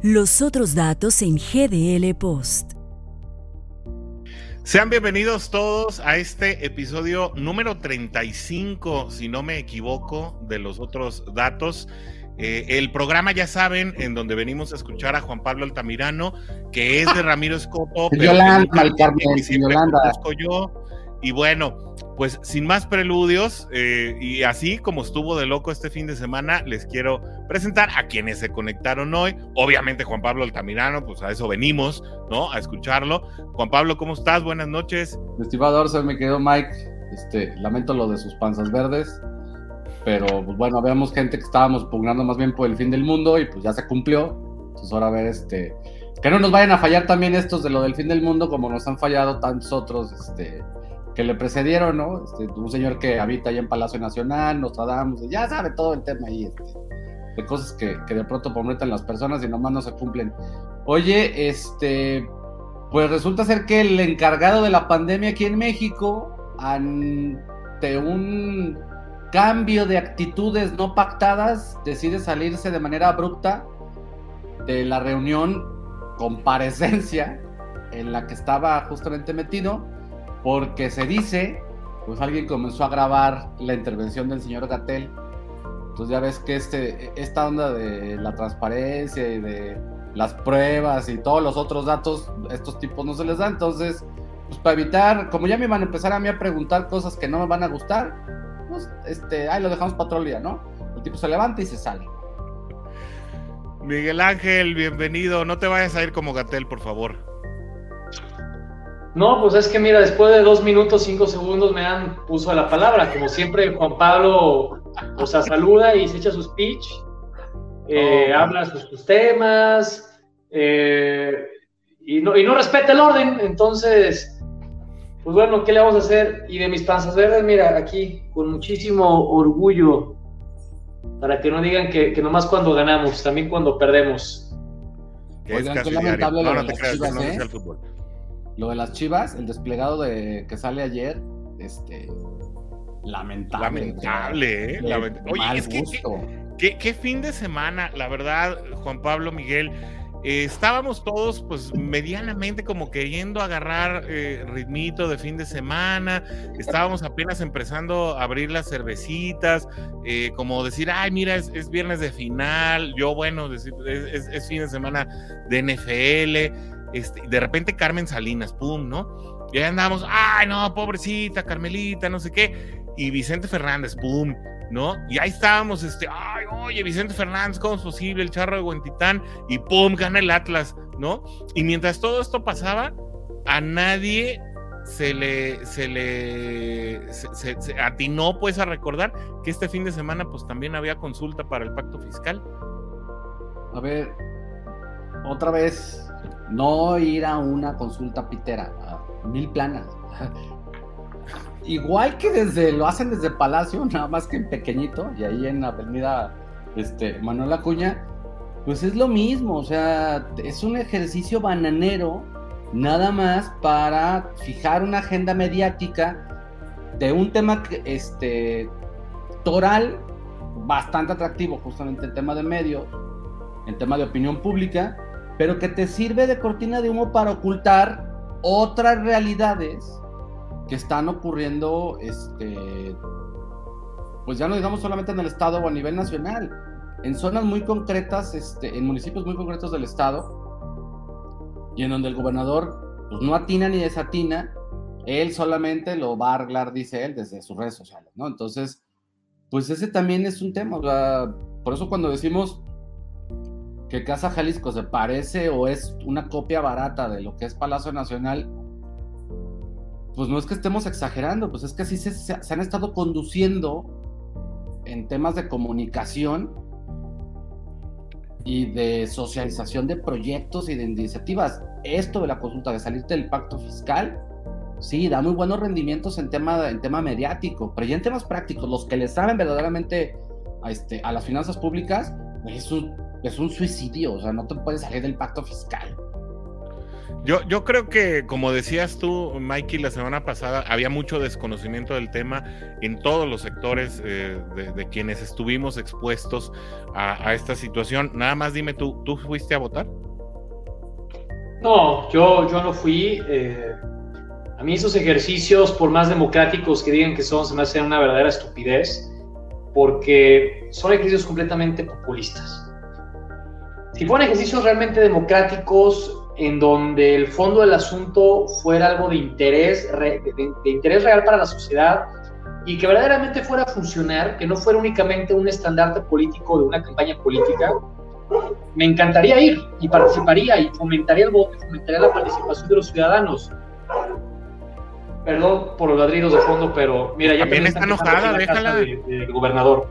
Los otros datos en GDL Post. Sean bienvenidos todos a este episodio número 35, si no me equivoco, de Los Otros Datos. El programa, ya saben, en donde venimos a escuchar a Juan Pablo Altamirano, que es de Ramiro Escoto, pero Yolanda, que siempre conozco yo. Y bueno, pues sin más preludios, y así como estuvo de loco este fin de semana, les quiero presentar a quienes se conectaron hoy. Obviamente Juan Pablo Altamirano, pues a eso venimos, ¿no? A escucharlo. Juan Pablo, ¿cómo estás? Buenas noches. Estimado Orso, me quedó Mike. Lamento lo de sus panzas verdes, pero pues bueno, habíamos gente que estábamos pugnando más bien por el fin del mundo y pues ya se cumplió. Entonces ahora a ver, que no nos vayan a fallar también estos de lo del fin del mundo como nos han fallado tantos otros, que le precedieron, ¿no? Un señor que habita ahí en Palacio Nacional, Nostradamus, ya sabe todo el tema ahí, de cosas que de pronto prometen las personas y nomás no se cumplen. Oye, pues resulta ser que el encargado de la pandemia aquí en México, ante un cambio de actitudes no pactadas, decide salirse de manera abrupta de la reunión comparecencia en la que estaba justamente metido, porque se dice, pues alguien comenzó a grabar la intervención del señor Gatell. Entonces ya ves que esta onda de la transparencia y de las pruebas y todos los otros datos, estos tipos no se les da. Entonces, pues para evitar, como ya me van a empezar a mí a preguntar cosas que no me van a gustar, pues ahí lo dejamos para otro día, ¿no? El tipo se levanta y se sale. Miguel Ángel, bienvenido. No te vayas a ir como Gatell, por favor. No, pues es que mira, después de 2 minutos, 5 segundos me dan uso de la palabra. Como siempre, Juan Pablo, o sea, saluda y se echa su speech, habla sus temas, y no respeta el orden. Entonces, pues bueno, ¿qué le vamos a hacer? Y de mis panzas verdes, mira, aquí, con muchísimo orgullo, para que no digan que nomás cuando ganamos, también cuando perdemos. Que es casi diario. No te creas, no sea el fútbol. Lo de las Chivas, el desplegado que sale ayer, lamentable. Lamentable, Oye, es que qué fin de semana, la verdad, Juan Pablo, Miguel. Estábamos todos, pues, medianamente como queriendo agarrar ritmito de fin de semana. Estábamos apenas empezando a abrir las cervecitas, como decir, ay, mira, es viernes de final. Yo, bueno, es fin de semana de NFL. De repente Carmen Salinas, pum, ¿no? Y ahí andábamos, ay, no, pobrecita, Carmelita, no sé qué. Y Vicente Fernández, pum, ¿no? Y ahí estábamos, ay, oye, Vicente Fernández, ¿cómo es posible? El Charro de Huentitán, y pum, gana el Atlas, ¿no? Y mientras todo esto pasaba, a nadie se atinó, pues, a recordar que este fin de semana, pues, también había consulta para el pacto fiscal. A ver, otra vez, no ir a una consulta pitera, a mil planas. Igual que lo hacen desde Palacio, nada más que en pequeñito, y ahí en la avenida Manuel Acuña, pues es lo mismo, o sea, es un ejercicio bananero, nada más para fijar una agenda mediática de un tema toral bastante atractivo, justamente el tema de medios, el tema de opinión pública, pero que te sirve de cortina de humo para ocultar otras realidades que están ocurriendo, pues ya no digamos solamente en el estado o a nivel nacional, en zonas muy concretas, en municipios muy concretos del estado, y en donde el gobernador pues no atina ni desatina, él solamente lo va a arreglar, dice él, desde sus redes sociales, ¿no? Entonces, pues ese también es un tema, o sea, por eso cuando decimos que Casa Jalisco se parece o es una copia barata de lo que es Palacio Nacional, pues no es que estemos exagerando, pues es que así se han estado conduciendo en temas de comunicación y de socialización de proyectos y de iniciativas. Esto de la consulta, de salirte del pacto fiscal, sí, da muy buenos rendimientos en tema mediático, pero ya en temas prácticos, los que le saben verdaderamente a las finanzas públicas, es un suicidio, o sea, no te puedes salir del pacto fiscal. Yo creo que, como decías tú, Mikey, la semana pasada, había mucho desconocimiento del tema en todos los sectores de quienes estuvimos expuestos a esta situación. Nada más dime, ¿tú fuiste a votar? No, yo no fui. A mí esos ejercicios, por más democráticos que digan que son, se me hacen una verdadera estupidez, porque son ejercicios completamente populistas. Si fueran ejercicios realmente democráticos, en donde el fondo del asunto fuera algo de interés real para la sociedad y que verdaderamente fuera a funcionar, que no fuera únicamente un estandarte político de una campaña política, me encantaría ir y participaría y fomentaría el voto y fomentaría la participación de los ciudadanos. Perdón por los ladridos de fondo, pero mira, ya también está enojada, déjala. Del gobernador.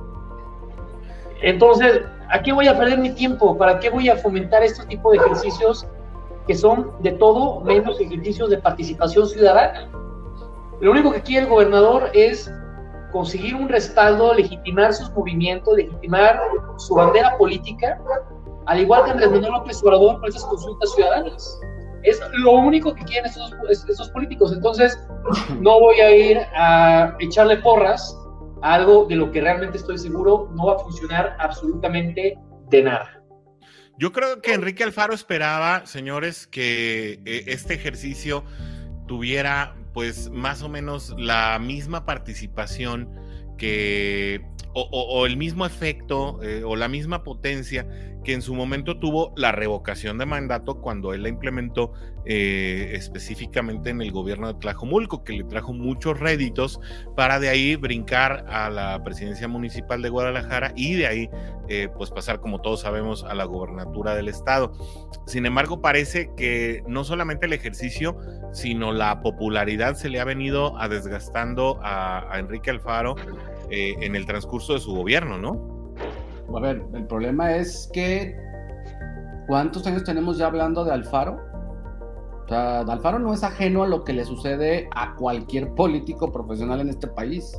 Entonces, ¿a qué voy a perder mi tiempo? ¿Para qué voy a fomentar este tipo de ejercicios que son de todo menos ejercicios de participación ciudadana? Lo único que quiere el gobernador es conseguir un respaldo, legitimar sus movimientos, legitimar su bandera política, al igual que Andrés Manuel López Obrador con esas consultas ciudadanas. Es lo único que quieren estos políticos. Entonces, no voy a ir a echarle porras a algo de lo que realmente estoy seguro no va a funcionar absolutamente de nada. Yo creo que Enrique Alfaro esperaba, señores, que este ejercicio tuviera pues más o menos la misma participación que o el mismo efecto o la misma potencia que en su momento tuvo la revocación de mandato cuando él la implementó específicamente en el gobierno de Tlajomulco, que le trajo muchos réditos para de ahí brincar a la presidencia municipal de Guadalajara y de ahí pues pasar, como todos sabemos, a la gobernatura del estado. Sin embargo, parece que no solamente el ejercicio, sino la popularidad se le ha venido desgastando a Enrique Alfaro en el transcurso de su gobierno, ¿no? A ver, el problema es que ¿cuántos años tenemos ya hablando de Alfaro? O sea, Alfaro no es ajeno a lo que le sucede a cualquier político profesional en este país.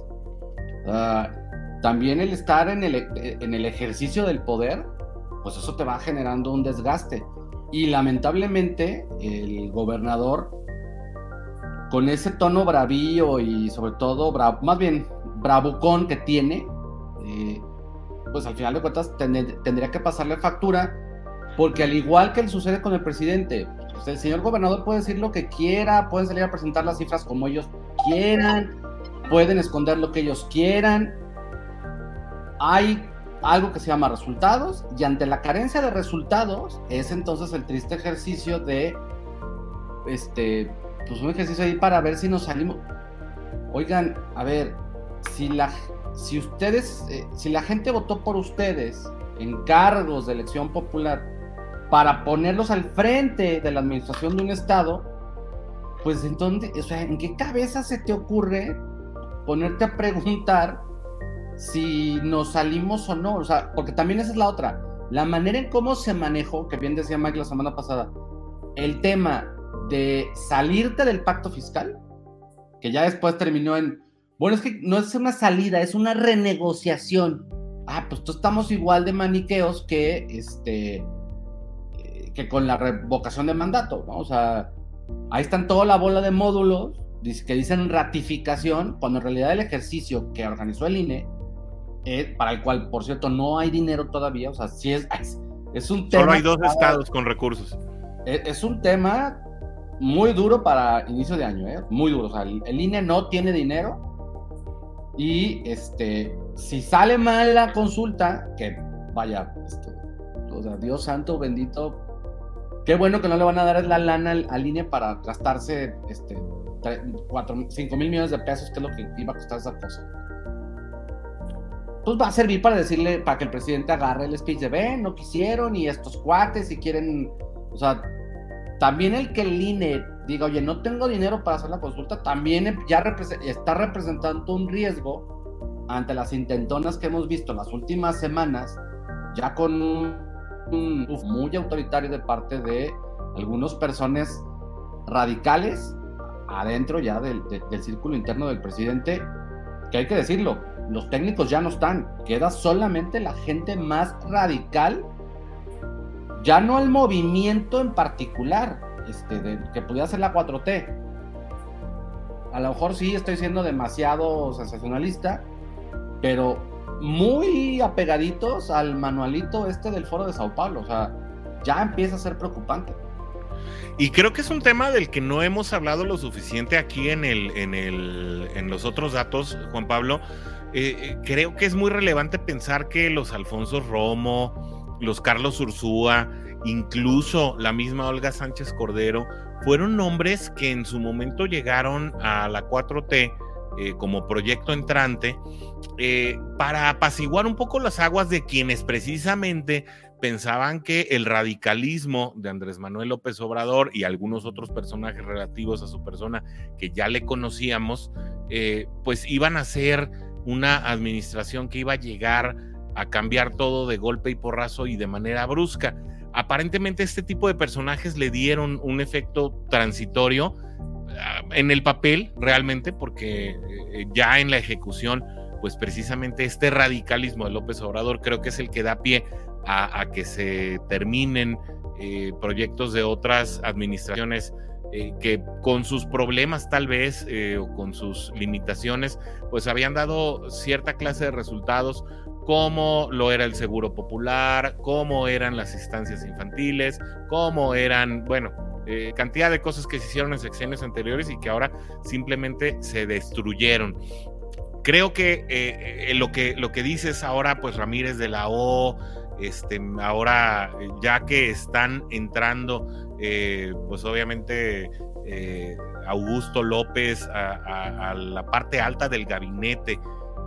También el estar en el ejercicio del poder, pues eso te va generando un desgaste. Y lamentablemente el gobernador, con ese tono bravío y sobre todo, más bien bravucón que tiene, pues al final de cuentas tendría que pasarle factura, porque al igual que sucede con el presidente, pues el señor gobernador puede decir lo que quiera, pueden salir a presentar las cifras como ellos quieran, pueden esconder lo que ellos quieran. Hay algo que se llama resultados, y ante la carencia de resultados es entonces el triste ejercicio de pues un ejercicio ahí para ver si nos salimos. Oigan, a ver, si la gente votó por ustedes en cargos de elección popular para ponerlos al frente de la administración de un estado, pues entonces, o sea, ¿en qué cabeza se te ocurre ponerte a preguntar si nos salimos o no? O sea, porque también esa es la otra, la manera en cómo se manejó, que bien decía Mike la semana pasada, el tema de salirte del pacto fiscal, que ya después terminó en, bueno, es que no es una salida, es una renegociación. Pues estamos igual de maniqueos que con la revocación de mandato, ¿no? O sea, ahí están toda la bola de módulos que dicen ratificación, cuando en realidad el ejercicio que organizó el INE, para el cual, por cierto, no hay dinero todavía, o sea, sí es un tema... Solo hay 2 estados con recursos. Es un tema muy duro para inicio de año, muy duro. O sea, el INE no tiene dinero y si sale mal la consulta, que vaya, o sea, Dios santo bendito, qué bueno que no le van a dar la lana al INE para gastarse 5 mil millones de pesos, que es lo que iba a costar esa cosa. Pues va a servir para decirle, para que el presidente agarre el speech de ven, no quisieron, y estos cuates si quieren, o sea, también el que el INE diga, oye, no tengo dinero para hacer la consulta, también ya está representando un riesgo ante las intentonas que hemos visto las últimas semanas, ya con un muy autoritario de parte de algunas personas radicales adentro ya del círculo interno del presidente, que hay que decirlo, los técnicos ya no están, queda solamente la gente más radical, ya no el movimiento en particular, que pudiera ser la 4T. A lo mejor sí estoy siendo demasiado sensacionalista, pero muy apegaditos al manualito del Foro de Sao Paulo. O sea, ya empieza a ser preocupante. Y creo que es un tema del que no hemos hablado lo suficiente aquí en los otros datos, Juan Pablo. Creo que es muy relevante pensar que los Alfonso Romo, los Carlos Ursúa, incluso la misma Olga Sánchez Cordero, fueron nombres que en su momento llegaron a la 4T como proyecto entrante para apaciguar un poco las aguas de quienes precisamente pensaban que el radicalismo de Andrés Manuel López Obrador y algunos otros personajes relativos a su persona que ya le conocíamos, pues iban a ser una administración que iba a llegar a cambiar todo de golpe y porrazo y de manera brusca. Aparentemente este tipo de personajes le dieron un efecto transitorio en el papel realmente, porque ya en la ejecución, pues precisamente este radicalismo de López Obrador creo que es el que da pie a que se terminen proyectos de otras administraciones que con sus problemas tal vez o con sus limitaciones, pues habían dado cierta clase de resultados, como lo era el Seguro Popular, como eran las estancias infantiles, como eran, bueno, cantidad de cosas que se hicieron en sexenios anteriores y que ahora simplemente se destruyeron. Creo que lo que dices ahora, pues Ramírez de la O, ahora ya que están entrando, pues obviamente Augusto López a la parte alta del gabinete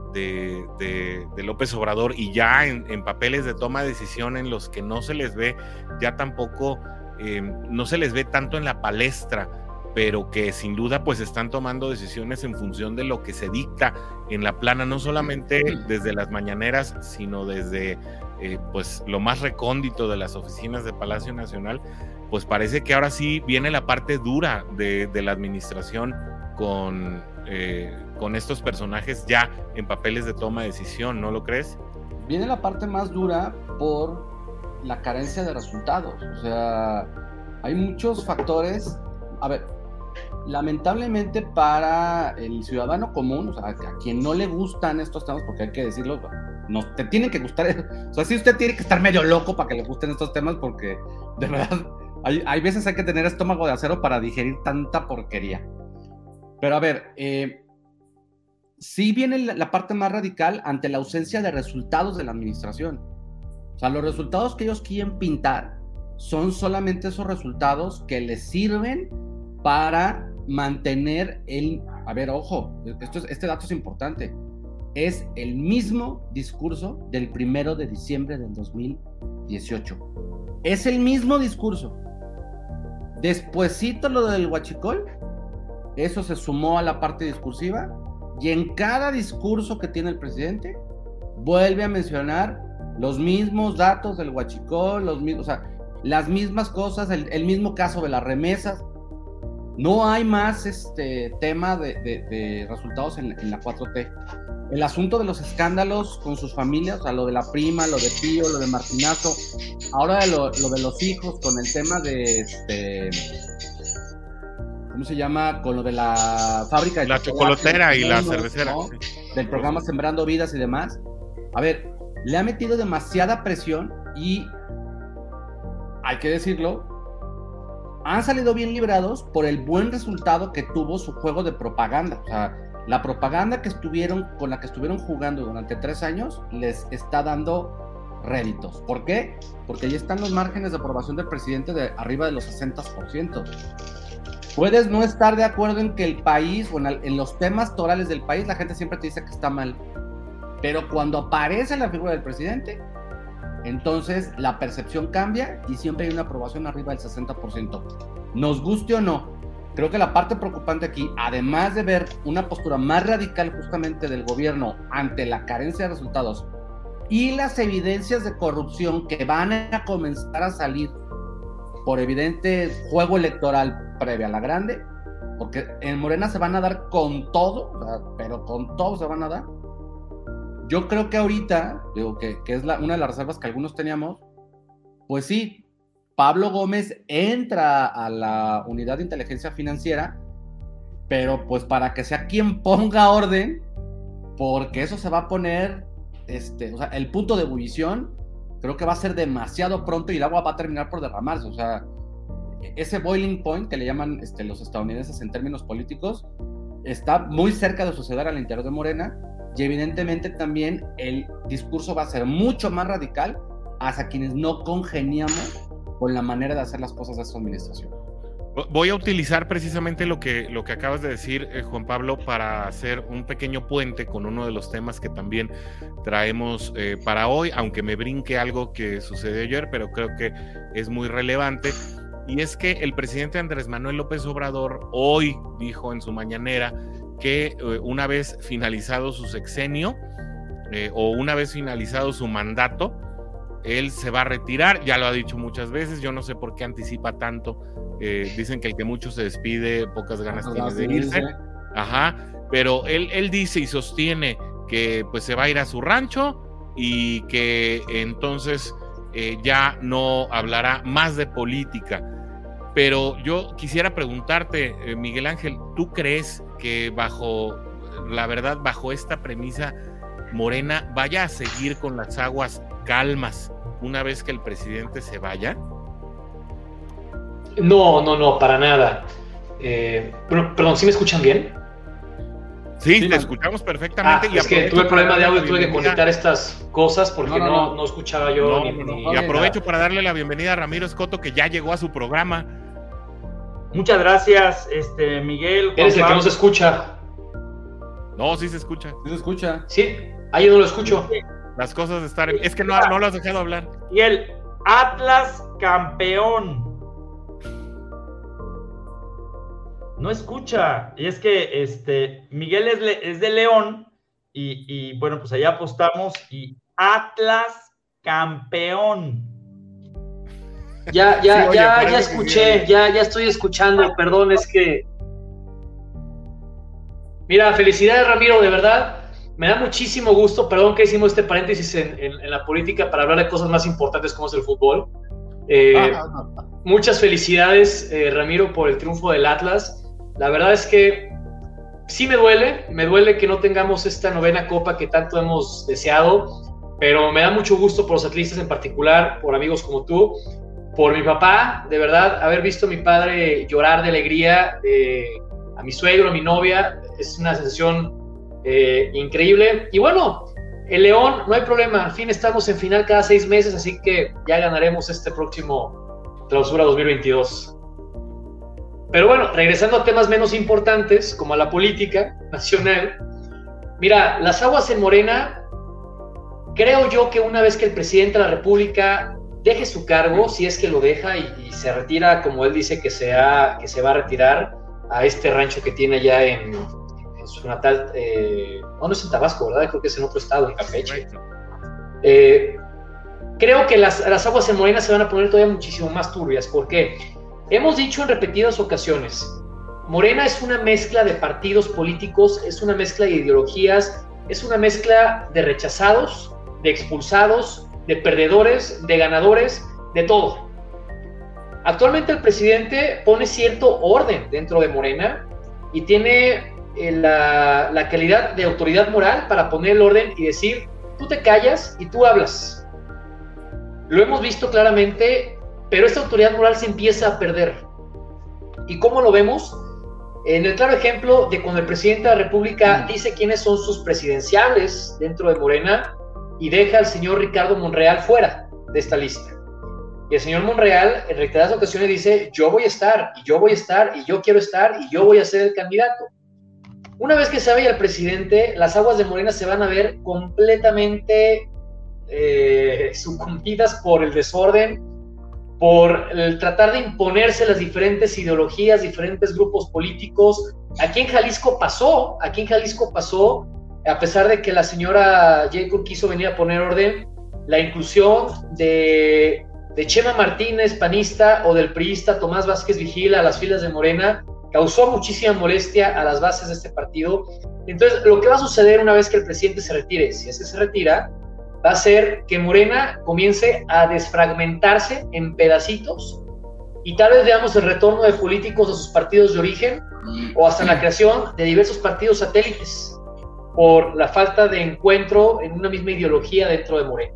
de López Obrador, y ya en papeles de toma de decisión en los que no se les ve ya tampoco, no se les ve tanto en la palestra, pero que sin duda pues están tomando decisiones en función de lo que se dicta en la plana, no solamente desde las mañaneras, sino desde pues lo más recóndito de las oficinas de Palacio Nacional. Pues parece que ahora sí viene la parte dura de la administración con estos personajes ya en papeles de toma de decisión, ¿no lo crees? Viene la parte más dura por la carencia de resultados. O sea, hay muchos factores. A ver, lamentablemente para el ciudadano común, o sea, a quien no le gustan estos temas, porque hay que decirlo, no te tienen que gustar. O sea, sí, usted tiene que estar medio loco para que le gusten estos temas, porque de verdad hay veces hay que tener estómago de acero para digerir tanta porquería. Pero a ver, sí viene la parte más radical ante la ausencia de resultados de la administración. O sea, los resultados que ellos quieren pintar son solamente esos resultados que les sirven para mantener a ver, ojo, este dato es importante. Es el mismo discurso del 1 de diciembre del 2018. Es el mismo discurso. Despuésito lo del huachicol, eso se sumó a la parte discursiva, y en cada discurso que tiene el presidente vuelve a mencionar los mismos datos del huachicol, o sea, las mismas cosas, el mismo caso de las remesas. No hay más tema de resultados en la 4T. El asunto de los escándalos con sus familias, o sea, lo de la prima, lo de Pío, lo de Martinazo, ahora lo de los hijos con el tema de ¿cómo se llama? Con lo de la fábrica de la chocolatera y la cervecera, ¿no? Sí. Del programa Sembrando Vidas y demás. A ver, le ha metido demasiada presión y hay que decirlo, han salido bien librados por el buen resultado que tuvo su juego de propaganda. O sea, la propaganda con la que estuvieron jugando durante 3 años les está dando réditos. ¿Por qué? Porque ahí están los márgenes de aprobación del presidente de arriba de los 60%. Puedes no estar de acuerdo en que el país, o en los temas torales del país, la gente siempre te dice que está mal. Pero cuando aparece la figura del presidente, entonces la percepción cambia y siempre hay una aprobación arriba del 60%. Nos guste o no, creo que la parte preocupante aquí, además de ver una postura más radical justamente del gobierno ante la carencia de resultados y las evidencias de corrupción que van a comenzar a salir por evidente juego electoral previa a la grande, porque en Morena se van a dar con todo, o sea, pero con todo se van a dar. Yo creo que ahorita, digo que es una de las reservas que algunos teníamos, pues sí, Pablo Gómez entra a la unidad de inteligencia financiera, pero pues para que sea quien ponga orden, porque eso se va a poner, o sea, el punto de ebullición creo que va a ser demasiado pronto y el agua va a terminar por derramarse. O sea, ese boiling point que le llaman los estadounidenses en términos políticos está muy cerca de suceder al interior de Morena, y evidentemente también el discurso va a ser mucho más radical hacia quienes no congeniamos con la manera de hacer las cosas de esta administración. Voy a utilizar precisamente lo que acabas de decir, Juan Pablo, para hacer un pequeño puente con uno de los temas que también traemos para hoy, aunque me brinque algo que sucedió ayer, pero creo que es muy relevante. Y es que el presidente Andrés Manuel López Obrador hoy dijo en su mañanera que una vez finalizado su sexenio o una vez finalizado su mandato, él se va a retirar. Ya lo ha dicho muchas veces, yo no sé por qué anticipa tanto. Dicen que el que mucho se despide, pocas ganas tiene de irse. Ajá, pero él dice y sostiene que pues se va a ir a su rancho y que entonces ya no hablará más de política. Pero yo quisiera preguntarte, Miguel Ángel, ¿tú crees que bajo esta premisa Morena vaya a seguir con las aguas calmas una vez que el presidente se vaya? No, para nada. Perdón, ¿sí me escuchan bien? Sí, te escuchamos perfectamente. Es que tuve problema de audio, tuve que conectar estas cosas porque no escuchaba yo. Y aprovecho para darle la bienvenida a Ramiro Escoto, que ya llegó a su programa. Muchas gracias, Miguel. Eres el que no se escucha. No, sí se escucha. ¿Sí se escucha? Sí, yo no lo escucho. Sí. Las cosas están... Es que no lo has dejado hablar. Y el Atlas campeón. No escucha. Y es que Miguel es de León y bueno, pues allá apostamos y Atlas campeón. Ya escuché, ya estoy escuchando, perdón, es que... Mira, felicidades, Ramiro, de verdad, me da muchísimo gusto, perdón que hicimos este paréntesis en la política para hablar de cosas más importantes como es el fútbol. Muchas felicidades, Ramiro, por el triunfo del Atlas. La verdad es que sí me duele que no tengamos esta 9ª copa que tanto hemos deseado, pero me da mucho gusto por los atlistas en particular, por amigos como tú, por mi papá, de verdad, haber visto a mi padre llorar de alegría, a mi suegro, a mi novia, es una sensación increíble. Y bueno, el León, no hay problema, al fin estamos en final cada 6 meses, así que ya ganaremos este próximo Clausura 2022. Pero bueno, regresando a temas menos importantes, como a la política nacional, mira, las aguas en Morena, creo yo que una vez que el presidente de la República deje su cargo, si es que lo deja y se retira, como él dice que se va a retirar a este rancho que tiene allá en su natal, no es en Tabasco, ¿verdad? Creo que es en otro estado, en Campeche. Creo que las aguas en Morena se van a poner todavía muchísimo más turbias. ¿Por qué? Hemos dicho en repetidas ocasiones, Morena es una mezcla de partidos políticos, es una mezcla de ideologías, es una mezcla de rechazados, de expulsados, de perdedores, de ganadores, de todo. Actualmente el presidente pone cierto orden dentro de Morena y tiene la calidad de autoridad moral para poner el orden y decir, tú te callas y tú hablas. Lo hemos visto claramente, pero esta autoridad moral se empieza a perder. ¿Y cómo lo vemos? En el claro ejemplo de cuando el presidente de la República dice quiénes son sus presidenciables dentro de Morena y deja al señor Ricardo Monreal fuera de esta lista. Y el señor Monreal en reiteradas ocasiones dice, yo voy a estar, y yo voy a estar, y yo quiero estar, y yo voy a ser el candidato. Una vez que se vaya el presidente, las aguas de Morena se van a ver completamente sucumbidas por el desorden, por el tratar de imponerse las diferentes ideologías, diferentes grupos políticos. Aquí en Jalisco pasó, a pesar de que la señora Jacob quiso venir a poner orden, la inclusión de Chema Martínez, panista, o del priista Tomás Vázquez Vigil a las filas de Morena, causó muchísima molestia a las bases de este partido. Entonces, lo que va a suceder una vez que el presidente se retire, si es que se retira, va a ser que Morena comience a desfragmentarse en pedacitos y tal vez veamos el retorno de políticos a sus partidos de origen o hasta la creación de diversos partidos satélites por la falta de encuentro en una misma ideología dentro de Morena.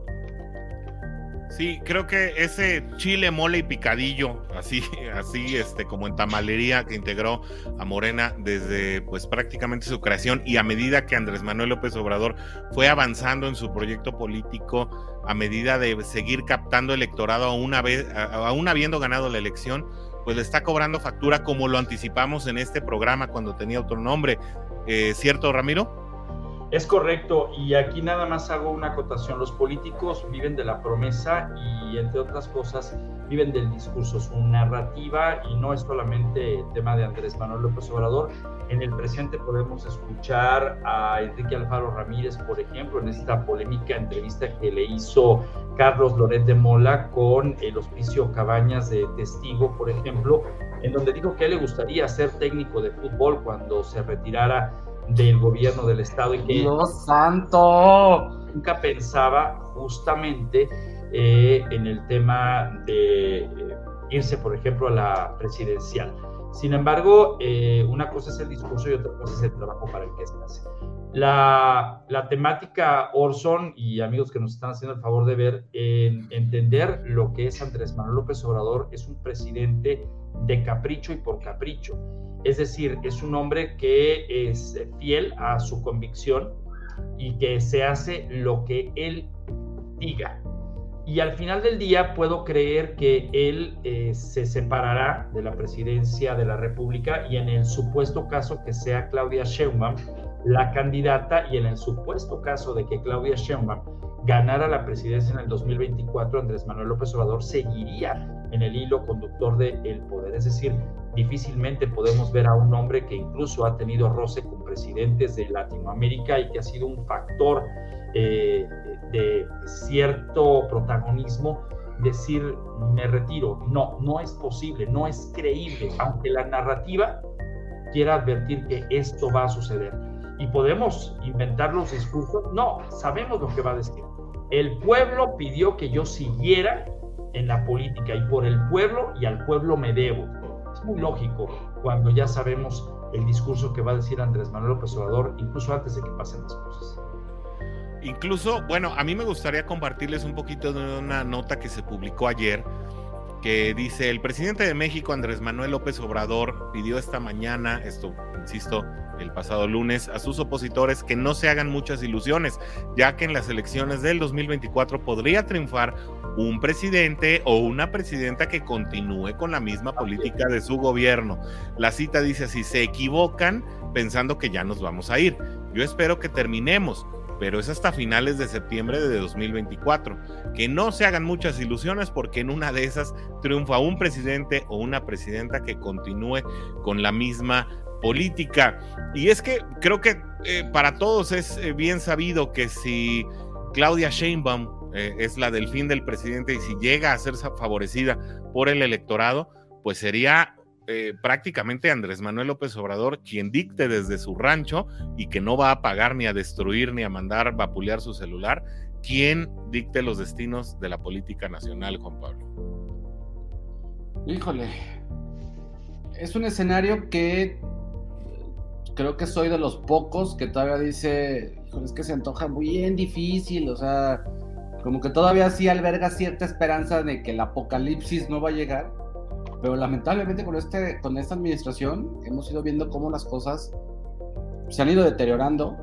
Sí, creo que ese chile, mole y picadillo, así como en tamalería, que integró a Morena desde pues prácticamente su creación, y a medida que Andrés Manuel López Obrador fue avanzando en su proyecto político, a medida de seguir captando electorado aún habiendo ganado la elección, pues le está cobrando factura, como lo anticipamos en este programa cuando tenía otro nombre. ¿Cierto, Ramiro? Es correcto, y aquí nada más hago una acotación. Los políticos viven de la promesa y, entre otras cosas, viven del discurso, su narrativa, y no es solamente el tema de Andrés Manuel López Obrador. En el presente podemos escuchar a Enrique Alfaro Ramírez, por ejemplo, en esta polémica entrevista que le hizo Carlos Loret de Mola con el Hospicio Cabañas de testigo, por ejemplo, en donde dijo que a él le gustaría ser técnico de fútbol cuando se retirara del gobierno del estado, y que ¡Dios santo! Nunca pensaba justamente en el tema de irse, por ejemplo, a la presidencial. Sin embargo, una cosa es el discurso y otra cosa es el trabajo para el que se hace. La temática, Orson y amigos que nos están haciendo el favor de ver, entender lo que es Andrés Manuel López Obrador, es un presidente de capricho y por capricho. Es decir, es un hombre que es fiel a su convicción y que se hace lo que él diga. Y al final del día puedo creer que él se separará de la presidencia de la República, y en el supuesto caso que sea Claudia Sheinbaum la candidata, y en el supuesto caso de que Claudia Sheinbaum ganara la presidencia en el 2024, Andrés Manuel López Obrador seguiría en el hilo conductor del poder. Es decir, difícilmente podemos ver a un hombre que incluso ha tenido roce con presidentes de Latinoamérica y que ha sido un factor de cierto protagonismo, decir me retiro. No es posible, no es creíble, aunque la narrativa quiera advertir que esto va a suceder. ¿Y podemos inventar los discursos? No, sabemos lo que va a decir. El pueblo pidió que yo siguiera en la política, y por el pueblo y al pueblo me debo. Es muy lógico cuando ya sabemos el discurso que va a decir Andrés Manuel López Obrador, incluso antes de que pasen las cosas. Incluso, bueno, a mí me gustaría compartirles un poquito de una nota que se publicó ayer, que dice: el presidente de México, Andrés Manuel López Obrador, pidió esta mañana, esto, insisto, el pasado lunes, a sus opositores que no se hagan muchas ilusiones, ya que en las elecciones del 2024 podría triunfar un presidente o una presidenta que continúe con la misma política de su gobierno. La cita dice así: se equivocan pensando que ya nos vamos a ir. Yo espero que terminemos, pero es hasta finales de septiembre de 2024. Que no se hagan muchas ilusiones, porque en una de esas triunfa un presidente o una presidenta que continúe con la misma política. Y es que creo que para todos es bien sabido que si Claudia Sheinbaum es la del fin del presidente, y si llega a ser favorecida por el electorado, pues sería prácticamente Andrés Manuel López Obrador quien dicte desde su rancho, y que no va a pagar ni a destruir ni a mandar vapulear su celular, quien dicte los destinos de la política nacional, Juan Pablo. Híjole, es un escenario que creo que soy de los pocos que todavía dice, híjole, es que se antoja bien difícil, o sea, como que todavía sí alberga cierta esperanza de que el apocalipsis no va a llegar. Pero lamentablemente con esta administración hemos ido viendo cómo las cosas se han ido deteriorando.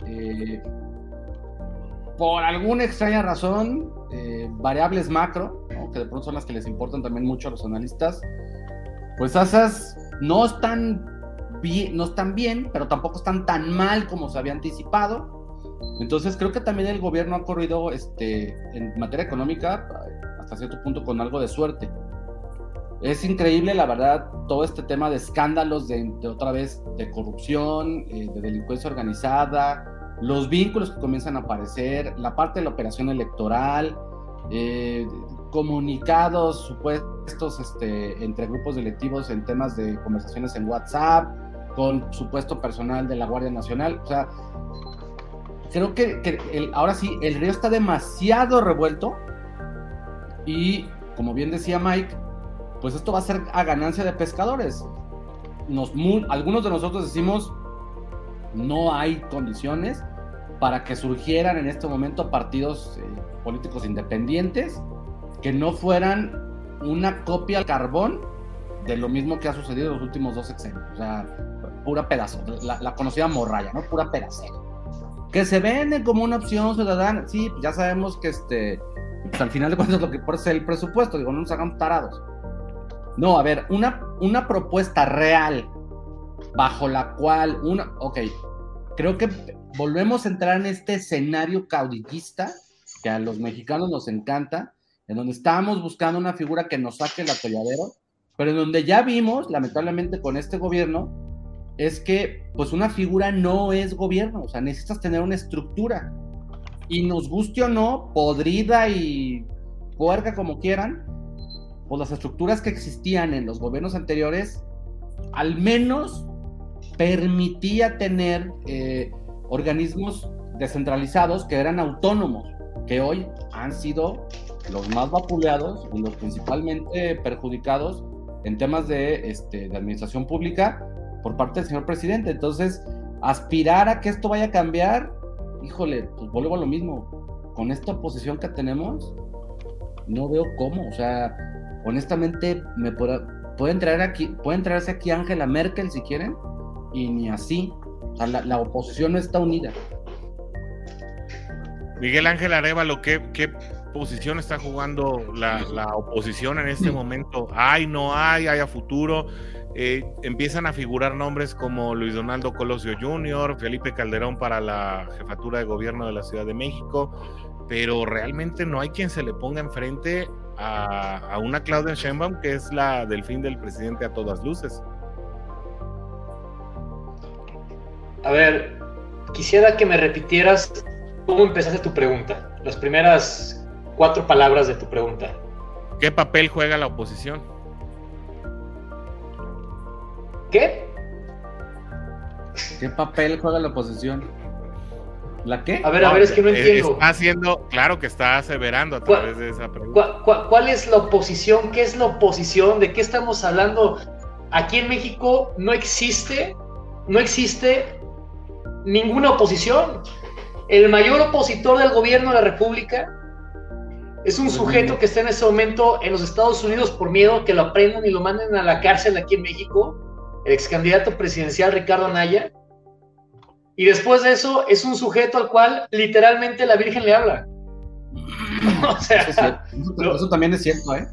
Por alguna extraña razón, variables macro, ¿no?, que de pronto son las que les importan también mucho a los analistas, pues esas no están bien, pero tampoco están tan mal como se había anticipado. Entonces creo que también el gobierno ha corrido en materia económica hasta cierto punto con algo de suerte. Es increíble, la verdad, todo este tema de escándalos de otra vez de corrupción, de delincuencia organizada, los vínculos que comienzan a aparecer, la parte de la operación electoral, comunicados supuestos entre grupos delictivos en temas de conversaciones en WhatsApp, con supuesto personal de la Guardia Nacional. O sea, creo que ahora sí, el río está demasiado revuelto y, como bien decía Mike, pues esto va a ser a ganancia de pescadores. Algunos de nosotros decimos, no hay condiciones para que surgieran en este momento partidos políticos independientes que no fueran una copia al carbón de lo mismo que ha sucedido en los últimos 2 sexenios. O sea, pura pedazo, la conocida morralla, ¿no? Pura pedacera. Que se venden como una opción ciudadana, sí, ya sabemos que pues al final de cuentas lo que importa es el presupuesto, digo, no nos hagan tarados. No, a ver, una propuesta real bajo la cual creo que volvemos a entrar en este escenario caudillista que a los mexicanos nos encanta, en donde estábamos buscando una figura que nos saque el atolladero, pero en donde ya vimos, lamentablemente con este gobierno, es que pues una figura no es gobierno, o sea, necesitas tener una estructura, y nos guste o no, podrida y puerca como quieran, pues las estructuras que existían en los gobiernos anteriores, al menos permitía tener organismos descentralizados que eran autónomos, que hoy han sido los más vapuleados y los principalmente perjudicados en temas de administración pública por parte del señor presidente. Entonces, aspirar a que esto vaya a cambiar, híjole, pues vuelvo a lo mismo. Con esta oposición que tenemos, no veo cómo. O sea, honestamente, pueden traerse aquí Angela Merkel si quieren, y ni así. O sea, la oposición no está unida. Miguel Ángel Arévalo, ¿qué posición está jugando la oposición en este momento? No hay a futuro. Empiezan a figurar nombres como Luis Donaldo Colosio Jr., Felipe Calderón para la jefatura de gobierno de la Ciudad de México, pero realmente no hay quien se le ponga enfrente a una Claudia Sheinbaum, que es la delfín del presidente a todas luces. A ver, quisiera que me repitieras cómo empezaste tu pregunta, las primeras 4 palabras de tu pregunta. ¿Qué papel juega la oposición? ¿Qué? ¿Qué papel juega la oposición? ¿La qué? A ver, es que no entiendo. Claro que está aseverando a través de esa pregunta. ¿Cuál es la oposición? ¿Qué es la oposición? ¿De qué estamos hablando? Aquí en México no existe ninguna oposición. El mayor opositor del gobierno de la República es un sujeto que está en ese momento en los Estados Unidos por miedo que lo aprendan y lo manden a la cárcel aquí en México, el ex candidato presidencial Ricardo Anaya. Y después de eso es un sujeto al cual literalmente la Virgen le habla. O sea, eso también es cierto, ¿eh?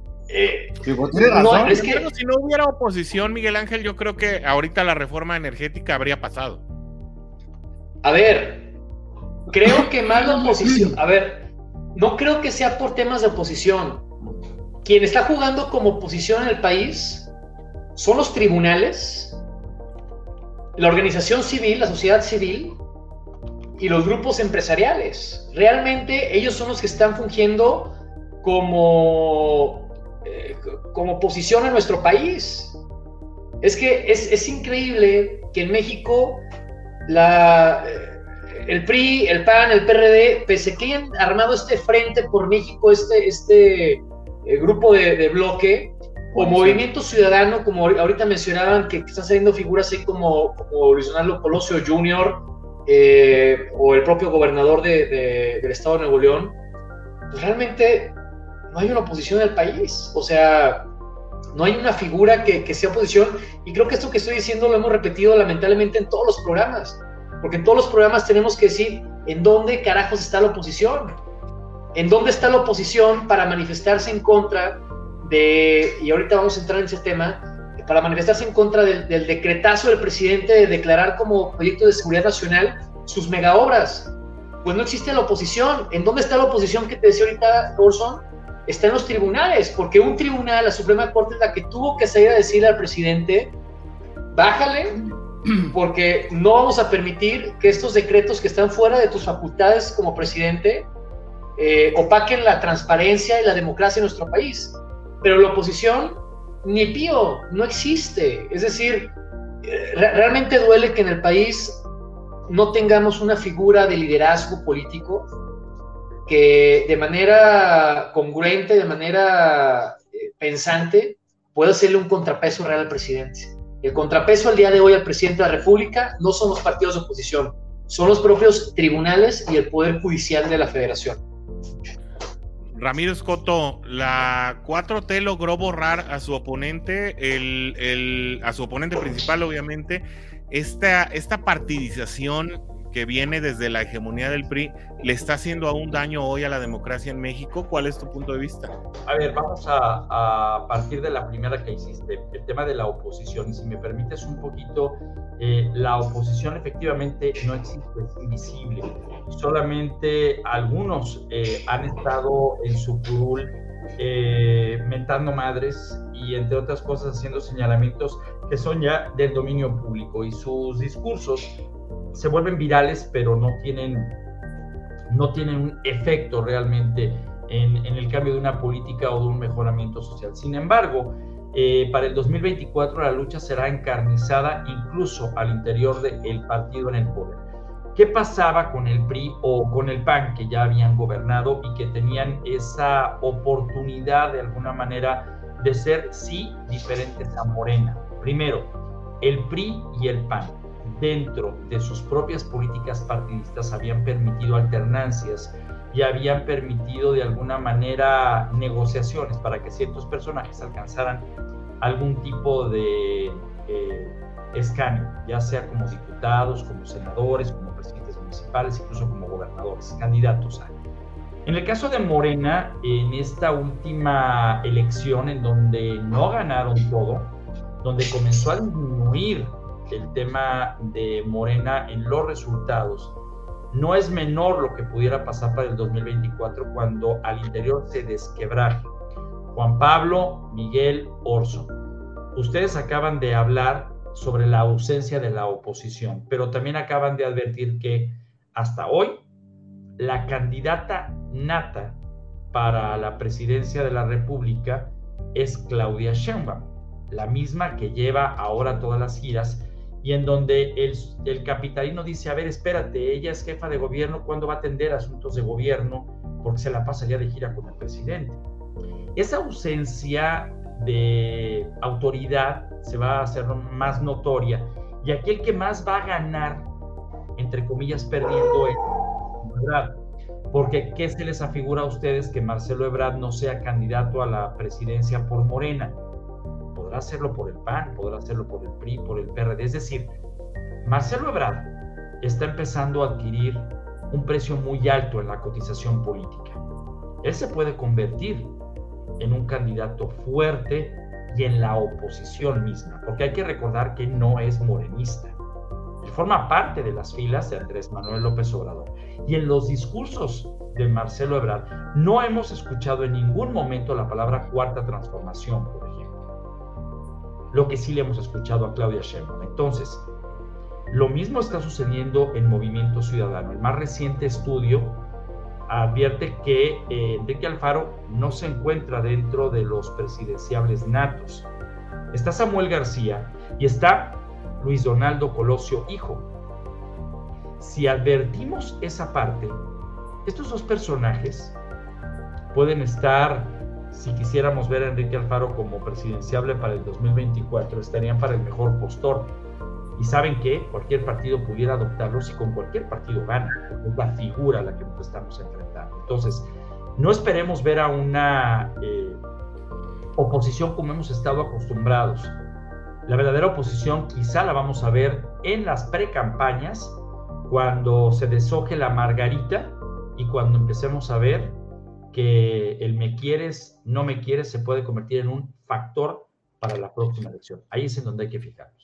No, es que si no hubiera oposición, Miguel Ángel, yo creo que ahorita la reforma energética habría pasado. A ver, creo que más la oposición. A ver, no creo que sea por temas de oposición. Quien está jugando como oposición en el país son los tribunales, la organización civil, la sociedad civil y los grupos empresariales. Realmente ellos son los que están fungiendo como oposición a nuestro país. Es que es increíble que en México el PRI, el PAN, el PRD, pese a que hayan armado este Frente por México, este grupo de bloque, o Movimiento Ciudadano, como ahorita mencionaban, que están saliendo figuras así como Luis Donaldo Colosio Jr., o el propio gobernador del estado de Nuevo León, pues realmente no hay una oposición en el país. O sea, no hay una figura que sea oposición, y creo que esto que estoy diciendo lo hemos repetido lamentablemente en todos los programas, porque en todos los programas tenemos que decir en dónde carajos está la oposición, en dónde está la oposición para manifestarse en contra y ahorita vamos a entrar en ese tema, para manifestarse en contra del decretazo del presidente de declarar como proyecto de seguridad nacional sus megaobras. Pues no existe la oposición. ¿En dónde está la oposición que te decía ahorita, Orson? Está en los tribunales, porque un tribunal, la Suprema Corte, es la que tuvo que salir a decirle al presidente: bájale, porque no vamos a permitir que estos decretos que están fuera de tus facultades como presidente opaquen la transparencia y la democracia en nuestro país. Pero la oposición, ni pío, no existe. Es decir, realmente duele que en el país no tengamos una figura de liderazgo político que de manera congruente, de manera pensante, pueda hacerle un contrapeso real al presidente. El contrapeso al día de hoy al presidente de la República no son los partidos de oposición, son los propios tribunales y el Poder Judicial de la Federación. Ramiro Escoto, la 4T logró borrar a su oponente, a su oponente principal, obviamente, esta partidización que viene desde la hegemonía del PRI, ¿le está haciendo aún daño hoy a la democracia en México? ¿Cuál es tu punto de vista? A ver, vamos a partir de la primera que hiciste, el tema de la oposición, y si me permites un poquito, la oposición efectivamente no existe, es invisible. Solamente algunos han estado en su curul mentando madres y entre otras cosas haciendo señalamientos que son ya del dominio público, y sus discursos se vuelven virales, pero no tienen un efecto realmente en el cambio de una política o de un mejoramiento social. Sin embargo, para el 2024 la lucha será encarnizada incluso al interior del partido en el poder. ¿Qué pasaba con el PRI o con el PAN, que ya habían gobernado y que tenían esa oportunidad de alguna manera de ser, sí, diferentes a Morena? Primero, el PRI y el PAN, dentro de sus propias políticas partidistas, habían permitido alternancias y habían permitido de alguna manera negociaciones para que ciertos personajes alcanzaran algún tipo de escaño, ya sea como diputados, como senadores, como presidentes municipales, incluso como gobernadores, candidatos a. En el caso de Morena, en esta última elección en donde no ganaron todo, donde comenzó a disminuir el tema de Morena en los resultados, no es menor lo que pudiera pasar para el 2024 cuando al interior se desquebraje. Juan Pablo, Miguel, Orson, ustedes acaban de hablar sobre la ausencia de la oposición, pero también acaban de advertir que hasta hoy la candidata nata para la presidencia de la República es Claudia Sheinbaum, la misma que lleva ahora todas las giras y en donde el capitalino dice, a ver, espérate, ella es jefa de gobierno, ¿cuándo va a atender asuntos de gobierno? Porque se la pasa ya de gira con el presidente. Esa ausencia de autoridad se va a hacer más notoria, y aquí el que más va a ganar, entre comillas, perdiendo es Ebrard, porque ¿qué se les afigura a ustedes que Marcelo Ebrard no sea candidato a la presidencia por Morena? Podrá hacerlo por el PAN, podrá hacerlo por el PRI, por el PRD, es decir, Marcelo Ebrard está empezando a adquirir un precio muy alto en la cotización política. Él se puede convertir en un candidato fuerte y en la oposición misma, porque hay que recordar que no es morenista. Él forma parte de las filas de Andrés Manuel López Obrador. Y en los discursos de Marcelo Ebrard no hemos escuchado en ningún momento la palabra cuarta transformación, por ejemplo. Lo que sí le hemos escuchado a Claudia Sheinbaum. Entonces, lo mismo está sucediendo en Movimiento Ciudadano. El más reciente estudio advierte que Enrique Alfaro no se encuentra dentro de los presidenciables natos. Está Samuel García y está Luis Donaldo Colosio, hijo. Si advertimos esa parte, estos dos personajes pueden estar, si quisiéramos ver a Enrique Alfaro como presidenciable para el 2024, estarían para el mejor postor. Y ¿saben qué? Cualquier partido pudiera adoptarlos y con cualquier partido gana, porque es la figura a la que nos estamos enfrentando. Entonces, no esperemos ver a una oposición como hemos estado acostumbrados. La verdadera oposición quizá la vamos a ver en las precampañas, cuando se deshoje la margarita y cuando empecemos a ver que el me quieres, no me quieres se puede convertir en un factor para la próxima elección. Ahí es en donde hay que fijarnos.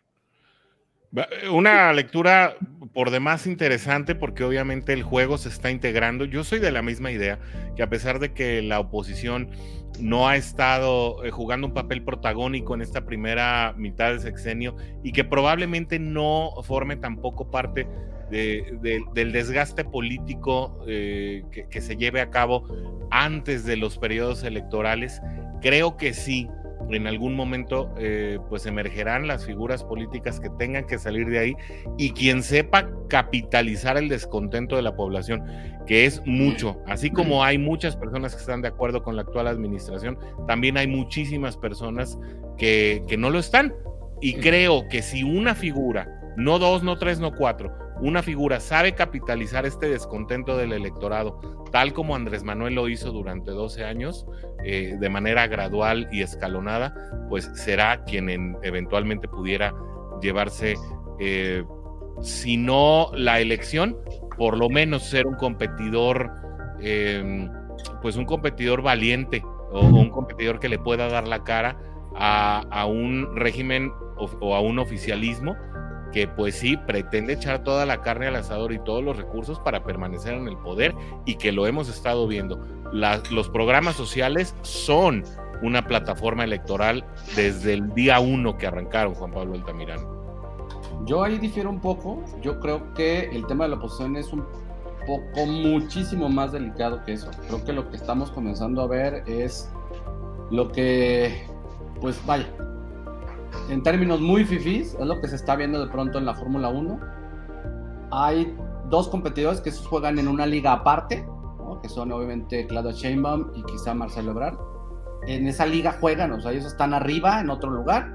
Una lectura por demás interesante, porque obviamente el juego se está integrando. Yo soy de la misma idea, que a pesar de que la oposición no ha estado jugando un papel protagónico en esta primera mitad del sexenio y que probablemente no forme tampoco parte del desgaste político que se lleve a cabo antes de los periodos electorales, creo que sí en algún momento pues emergerán las figuras políticas que tengan que salir de ahí, y quien sepa capitalizar el descontento de la población, que es mucho. Así como hay muchas personas que están de acuerdo con la actual administración, también hay muchísimas personas que no lo están, y creo que si una figura, no dos, no tres, no cuatro, una figura sabe capitalizar este descontento del electorado, tal como Andrés Manuel lo hizo durante 12 años, de manera gradual y escalonada, pues será quien eventualmente pudiera llevarse, si no la elección, por lo menos ser un competidor, pues un competidor valiente, o un competidor que le pueda dar la cara a un régimen o a un oficialismo que pues sí pretende echar toda la carne al asador y todos los recursos para permanecer en el poder, y que lo hemos estado viendo. Los programas sociales son una plataforma electoral desde el día 1 que arrancaron, Juan Pablo Altamirano. Yo ahí difiero un poco. Yo creo que el tema de la oposición es un poco muchísimo más delicado que eso. Creo que lo que estamos comenzando a ver es lo que, pues vaya, en términos muy fifís, es lo que se está viendo de pronto en la Fórmula 1. Hay dos competidores que juegan en una liga aparte, ¿no? Que son obviamente Claudia Sheinbaum y quizá Marcelo Ebrard. En esa liga juegan, o sea, ellos están arriba en otro lugar.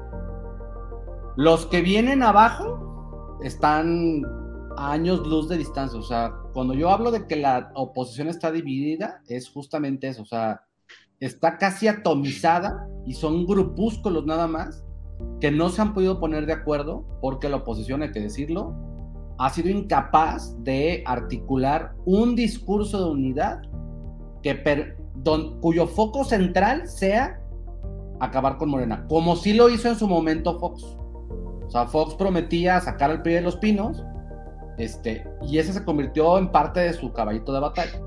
Los que vienen abajo están a años luz de distancia. O sea, cuando yo hablo de que la oposición está dividida, es justamente eso. O sea, está casi atomizada y son grupúsculos nada más que no se han podido poner de acuerdo, porque la oposición, hay que decirlo, ha sido incapaz de articular un discurso de unidad cuyo foco central sea acabar con Morena, como sí lo hizo en su momento Fox. O sea, Fox prometía sacar al PRI de los pinos, y ese se convirtió en parte de su caballito de batalla.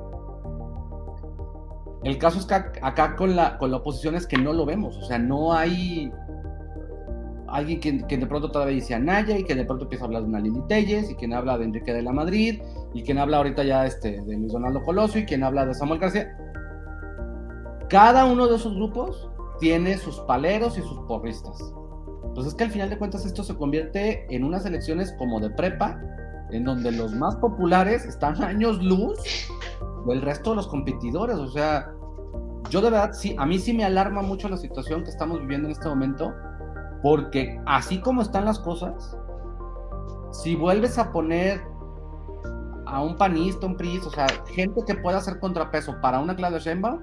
El caso es que acá con la oposición es que no lo vemos. O sea, no hay alguien que de pronto todavía dice Anaya, y que de pronto empieza a hablar de una Lili Telles, y quien habla de Enrique de la Madrid, y quien habla ahorita ya de Luis Donaldo Colosio, y quien habla de Samuel García. Cada uno de esos grupos tiene sus paleros y sus porristas. Pues es que al final de cuentas esto se convierte en unas elecciones como de prepa, en donde los más populares están a años luz del resto de los competidores. O sea, yo de verdad, sí, a mí sí me alarma mucho la situación que estamos viviendo en este momento, porque así como están las cosas, si vuelves a poner a un panista, un priista, o sea, gente que pueda hacer contrapeso para una Claudia Sheinbaum,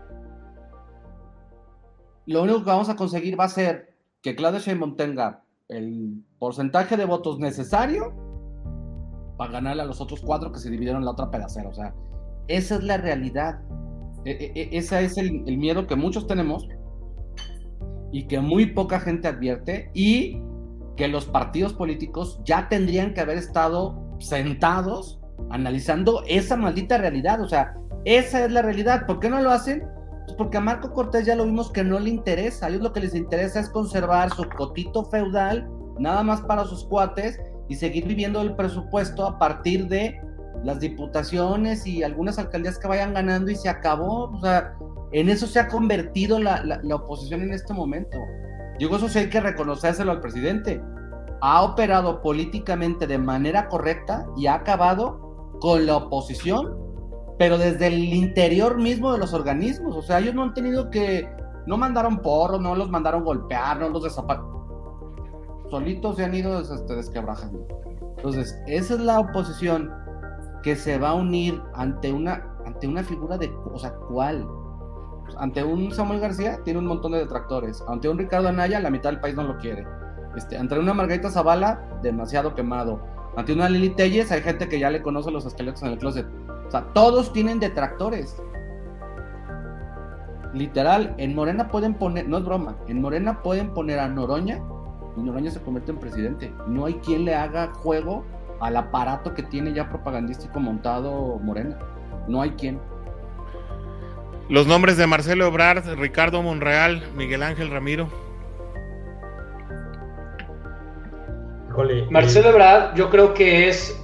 lo único que vamos a conseguir va a ser que Claudia Sheinbaum tenga el porcentaje de votos necesario para ganarle a los otros 4 que se dividieron en la otra pedacera. O sea, esa es la realidad. Ese es el miedo que muchos tenemos y que muy poca gente advierte, y que los partidos políticos ya tendrían que haber estado sentados analizando esa maldita realidad. O sea, esa es la realidad. ¿Por qué no lo hacen? Pues porque a Marco Cortés ya lo vimos que no le interesa. A ellos lo que les interesa es conservar su cotito feudal, nada más para sus cuates, y seguir viviendo el presupuesto a partir de las diputaciones y algunas alcaldías que vayan ganando, y se acabó. O sea, en eso se ha convertido la oposición en este momento. Digo, eso sí hay que reconocérselo al presidente. Ha operado políticamente de manera correcta y ha acabado con la oposición, pero desde el interior mismo de los organismos. O sea, ellos no han tenido que, no mandaron porros, no los mandaron golpear, no los desaparecieron, solitos se han ido desquebrajando. Entonces, esa es la oposición que se va a unir ante una figura de, o sea, ¿cuál? Ante un Samuel García tiene un montón de detractores, ante un Ricardo Anaya la mitad del país no lo quiere, ante una Margarita Zavala demasiado quemado, ante una Lili Telles hay gente que ya le conoce los esqueletos en el closet. O sea, todos tienen detractores. Literal, en Morena pueden poner, no es broma, en Morena pueden poner a Noroña y Noroña se convierte en presidente. No hay quien le haga juego al aparato que tiene ya propagandístico montado Morena. No hay quien. Los nombres de Marcelo Ebrard, Ricardo Monreal, Miguel Ángel Ramiro. Marcelo Ebrard yo creo que es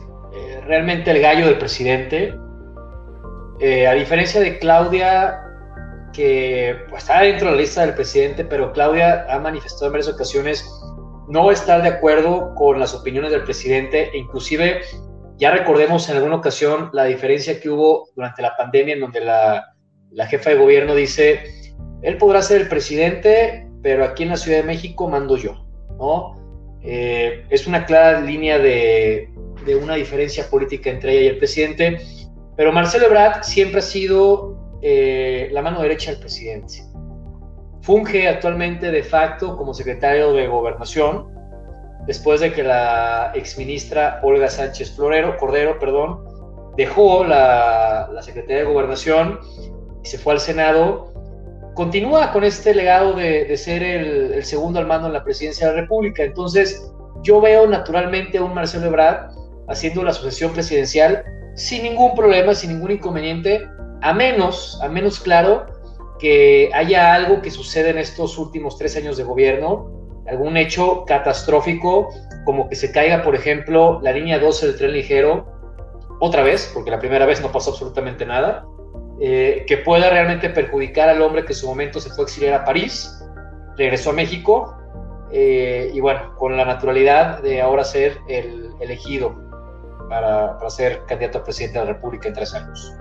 realmente el gallo del presidente. A diferencia de Claudia, que pues, está dentro de la lista del presidente, pero Claudia ha manifestado en varias ocasiones no estar de acuerdo con las opiniones del presidente, e inclusive ya recordemos en alguna ocasión la diferencia que hubo durante la pandemia, en donde la jefa de gobierno dice, él podrá ser el presidente, pero aquí en la Ciudad de México mando yo, ¿no? Es una clara línea de una diferencia política entre ella y el presidente, pero Marcelo Ebrard siempre ha sido la mano derecha del presidente. Funge actualmente de facto como secretario de Gobernación, después de que la exministra Olga Sánchez Cordero, dejó la Secretaría de Gobernación y se fue al Senado. Continúa con este legado de ser el segundo al mando en la presidencia de la República. Entonces, yo veo naturalmente a un Marcelo Ebrard haciendo la sucesión presidencial sin ningún problema, sin ningún inconveniente, a menos claro, que haya algo que sucede en estos últimos 3 años de gobierno, algún hecho catastrófico, como que se caiga, por ejemplo, la línea 12 del tren ligero, otra vez, porque la primera vez no pasó absolutamente nada, que pueda realmente perjudicar al hombre que en su momento se fue a exiliar a París, regresó a México, y bueno, con la naturalidad de ahora ser el elegido para ser candidato a presidente de la República en 3 años.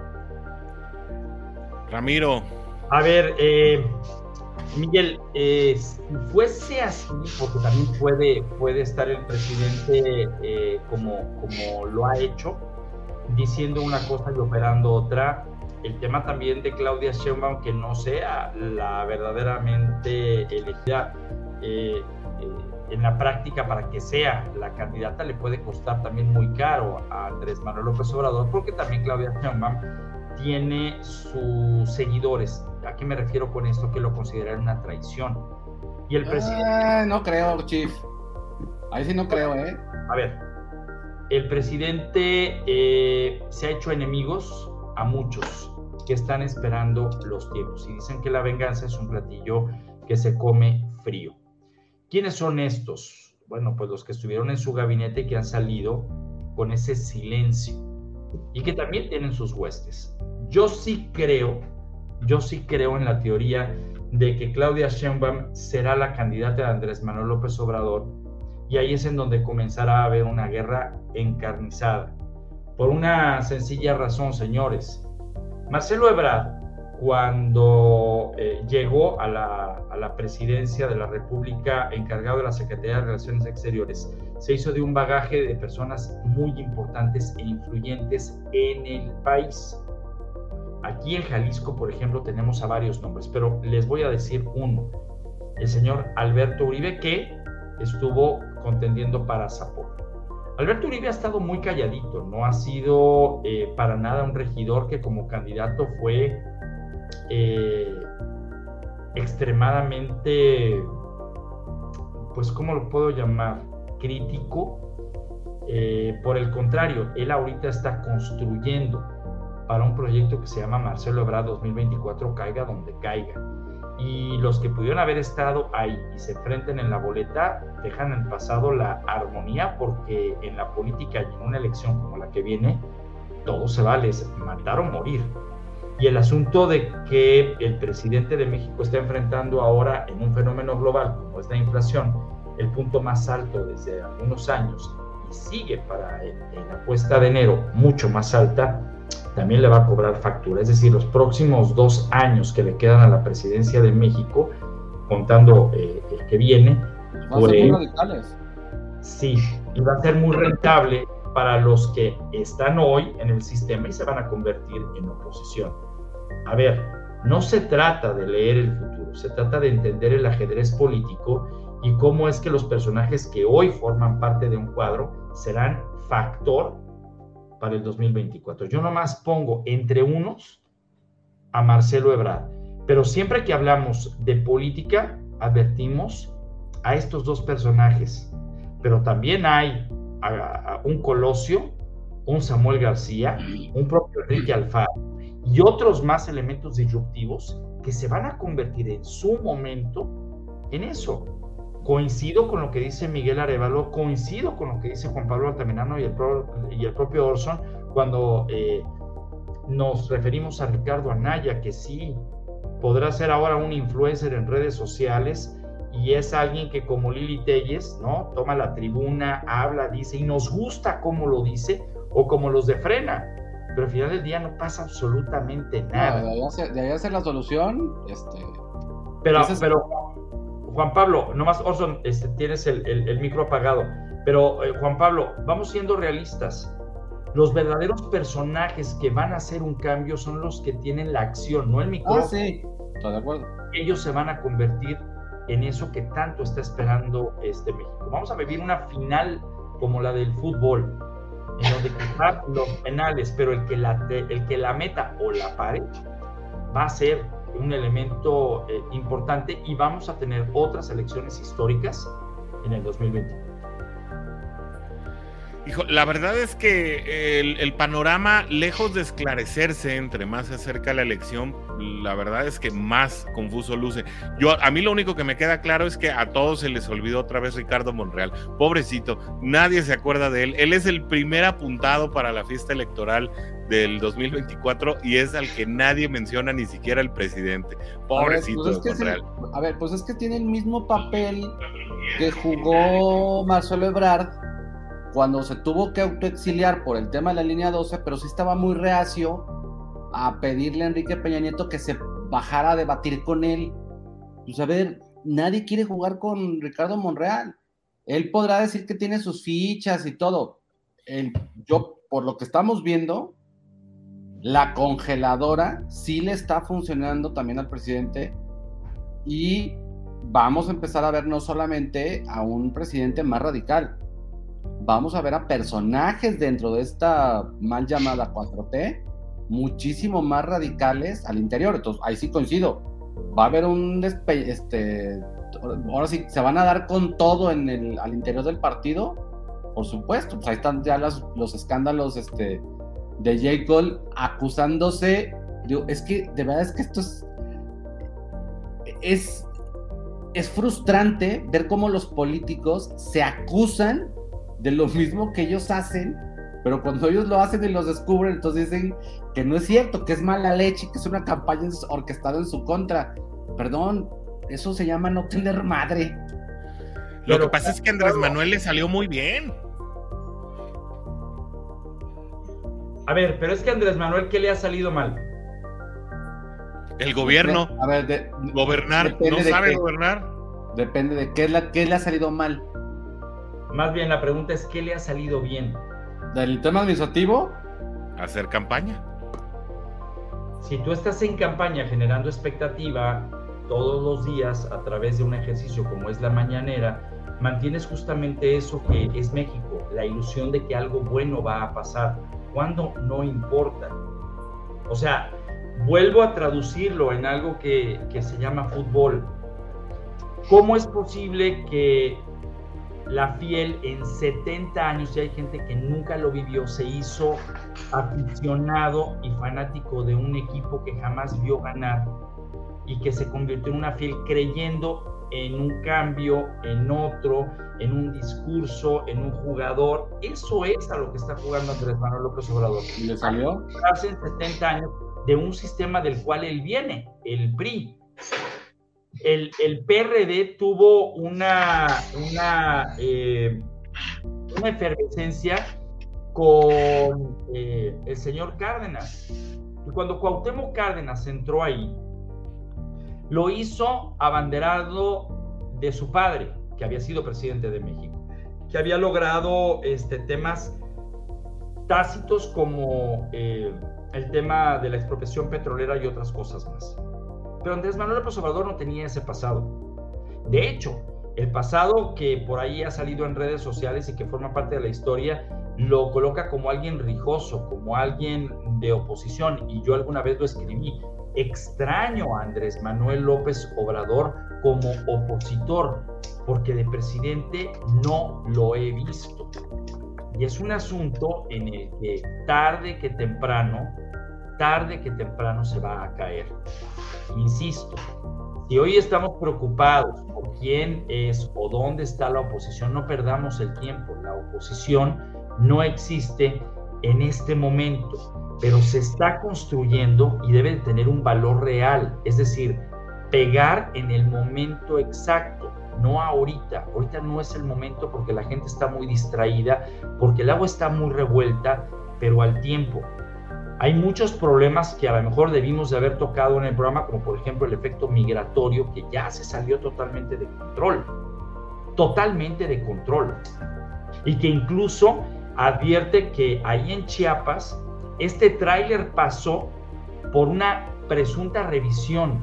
Ramiro. A ver, Miguel, si fuese así, porque también puede estar el presidente como lo ha hecho, diciendo una cosa y operando otra. El tema también de Claudia Sheinbaum, que no sea la verdaderamente elegida en la práctica para que sea la candidata, le puede costar también muy caro a Andrés Manuel López Obrador, porque también Claudia Sheinbaum tiene sus seguidores. ¿A qué me refiero con esto? Que lo consideran una traición. Y el presidente... No creo, Chief. Ahí sí no creo, A ver, el presidente se ha hecho enemigos a muchos que están esperando los tiempos y dicen que la venganza es un platillo que se come frío. ¿Quiénes son estos? Bueno, pues los que estuvieron en su gabinete y que han salido con ese silencio y que también tienen sus huestes. Yo sí creo en la teoría de que Claudia Sheinbaum será la candidata de Andrés Manuel López Obrador, y ahí es en donde comenzará a haber una guerra encarnizada. Por una sencilla razón, señores. Marcelo Ebrard, cuando llegó a la presidencia de la República, encargado de la Secretaría de Relaciones Exteriores, se hizo de un bagaje de personas muy importantes e influyentes en el país. Aquí en Jalisco, por ejemplo, tenemos a varios nombres, pero les voy a decir uno. El señor Alberto Uribe, que estuvo contendiendo para Zapopan. Alberto Uribe ha estado muy calladito, no ha sido para nada un regidor que como candidato fue extremadamente, pues, ¿cómo lo puedo llamar? Crítico. Por el contrario, él ahorita está construyendo para un proyecto que se llama Marcelo Ebrard 2024, caiga donde caiga. Y los que pudieron haber estado ahí y se enfrenten en la boleta dejan en pasado la armonía, porque en la política y en una elección como la que viene, todo se vale, es matar o morir. Y el asunto de que el presidente de México está enfrentando ahora en un fenómeno global como es la inflación, el punto más alto desde algunos años, y sigue para en la puesta de enero mucho más alta, también le va a cobrar factura. Es decir, los próximos 2 años que le quedan a la presidencia de México, contando el que viene, van a ser muy radicales. Sí, y va a ser muy rentable para los que están hoy en el sistema y se van a convertir en oposición. A ver, no se trata de leer el futuro, se trata de entender el ajedrez político y cómo es que los personajes que hoy forman parte de un cuadro serán factor para el 2024. Yo nomás pongo entre unos a Marcelo Ebrard, pero siempre que hablamos de política advertimos a estos 2 personajes, pero también hay a un Colosio, un Samuel García, un propio Enrique Alfaro y otros más elementos disruptivos que se van a convertir en su momento en eso. Coincido con lo que dice Miguel Arévalo, coincido con lo que dice Juan Pablo Altamirano y el propio Orson cuando nos referimos a Ricardo Anaya, que sí, podrá ser ahora un influencer en redes sociales y es alguien que, como Lili Telles, ¿no?, toma la tribuna, habla, dice, y nos gusta cómo lo dice, o como los de Frena, pero al final del día no pasa absolutamente nada. De ahí hacer la solución, Pero Juan Pablo, nomás, Orson, tienes el micro apagado, pero Juan Pablo, vamos siendo realistas. Los verdaderos personajes que van a hacer un cambio son los que tienen la acción, no el micrófono. Sí, estoy de acuerdo. Ellos se van a convertir en eso que tanto está esperando México. Vamos a vivir una final como la del fútbol, en donde quizás los penales, pero el que la meta o la pare va a ser un elemento importante, y vamos a tener otras elecciones históricas en el 2020. Hijo, la verdad es que el panorama, lejos de esclarecerse entre más se acerca la elección, la verdad es que más confuso luce. A mí lo único que me queda claro es que a todos se les olvidó otra vez Ricardo Monreal. Pobrecito, nadie se acuerda de él. Él es el primer apuntado para la fiesta electoral del 2024 y es al que nadie menciona, ni siquiera el presidente. Pobrecito Monreal. Pues es que tiene el mismo papel que jugó Marcelo Ebrard cuando se tuvo que autoexiliar por el tema de la línea 12, pero sí estaba muy reacio a pedirle a Enrique Peña Nieto que se bajara a debatir con él. Pues a ver, nadie quiere jugar con Ricardo Monreal. Él podrá decir que tiene sus fichas y todo. Por lo que estamos viendo, la congeladora sí le está funcionando también al presidente, y vamos a empezar a ver no solamente a un presidente más radical, vamos a ver a personajes dentro de esta mal llamada 4T muchísimo más radicales al interior. Entonces ahí sí coincido, va a haber ahora sí se van a dar con todo al interior del partido, por supuesto. Pues ahí están ya los escándalos de J. Cole acusándose. Es que de verdad es que esto es frustrante ver cómo los políticos se acusan de lo mismo que ellos hacen, pero cuando ellos lo hacen y los descubren, entonces dicen que no es cierto, que es mala leche, que es una campaña orquestada en su contra. Perdón, eso se llama no tener madre. Lo que pasa es que Andrés Manuel le salió muy bien. A ver, pero es que Andrés Manuel, ¿qué le ha salido mal? El gobierno. A ver, gobernar, no sabe gobernar. Depende de qué le ha salido mal. Más bien la pregunta es, ¿qué le ha salido bien? ¿Del tema administrativo? Hacer campaña. Si tú estás en campaña generando expectativa todos los días a través de un ejercicio como es la mañanera, mantienes justamente eso que es México, la ilusión de que algo bueno va a pasar, cuando no importa. O sea, vuelvo a traducirlo en algo que se llama fútbol. ¿Cómo es posible que la Fiel en 70 años, y hay gente que nunca lo vivió, se hizo aficionado y fanático de un equipo que jamás vio ganar, y que se convirtió en una Fiel creyendo en un cambio, en otro, en un discurso, en un jugador? Eso es a lo que está jugando Andrés Manuel López Obrador. ¿Y le salió? Hace 70 años de un sistema del cual él viene, el PRI. El PRD tuvo una efervescencia con el señor Cárdenas, y cuando Cuauhtémoc Cárdenas entró ahí, lo hizo abanderado de su padre, que había sido presidente de México, que había logrado temas tácitos como el tema de la expropiación petrolera y otras cosas más. Pero Andrés Manuel López Obrador no tenía ese pasado. De hecho, el pasado que por ahí ha salido en redes sociales y que forma parte de la historia, lo coloca como alguien rijoso, como alguien de oposición, y yo alguna vez lo escribí. Extraño a Andrés Manuel López Obrador como opositor, porque de presidente no lo he visto. Y es un asunto en el que tarde que temprano se va a caer. Insisto, si hoy estamos preocupados por quién es o dónde está la oposición, no perdamos el tiempo. La oposición no existe en este momento, pero se está construyendo y debe de tener un valor real, es decir, pegar en el momento exacto, no ahorita. Ahorita no es el momento porque la gente está muy distraída, porque el agua está muy revuelta, pero al tiempo. Hay muchos problemas que a lo mejor debimos de haber tocado en el programa, como por ejemplo el efecto migratorio, que ya se salió totalmente de control, y que incluso advierte que ahí en Chiapas, este tráiler pasó por una presunta revisión.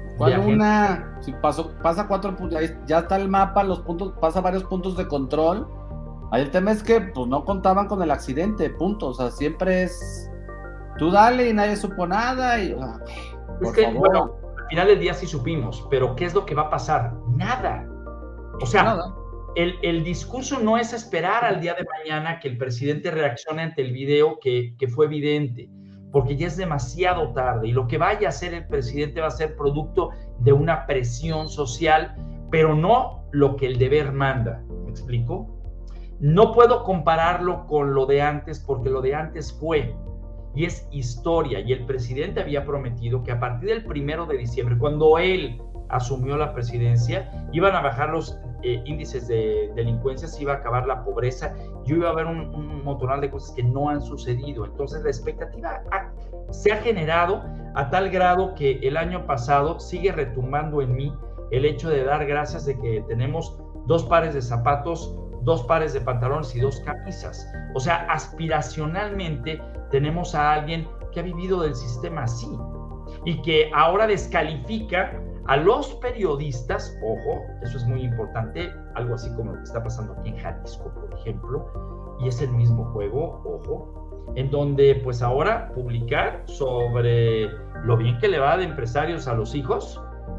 Si pasa 4 puntos, ahí ya está el mapa, los puntos, pasa varios puntos de control. Ahí el tema es que pues no contaban con el accidente, punto. O sea, siempre es tú dale y nadie supo nada. Y, es que, bueno, al final del día sí supimos, pero ¿qué es lo que va a pasar? Nada. O sea, nada. El discurso no es esperar al día de mañana que el presidente reaccione ante el video que fue evidente, porque ya es demasiado tarde, y lo que vaya a hacer el presidente va a ser producto de una presión social, pero no lo que el deber manda. ¿Me explico? No puedo compararlo con lo de antes, porque lo de antes fue y es historia, y el presidente había prometido que a partir del 1 de diciembre, cuando él asumió la presidencia, iban a bajar los índices de delincuencia, se iba a acabar la pobreza, y iba a haber un montonal de cosas que no han sucedido. Entonces la expectativa se ha generado a tal grado que el año pasado sigue retumbando en mí el hecho de dar gracias de que tenemos 2 pares de zapatos, 2 pares de pantalones y 2 camisas. O sea, aspiracionalmente tenemos a alguien que ha vivido del sistema así y que ahora descalifica a los periodistas. Ojo, eso es muy importante, algo así como lo que está pasando aquí en Jalisco, por ejemplo, y es el mismo juego, ojo, en donde pues ahora publicar sobre lo bien que le va de empresarios a los hijos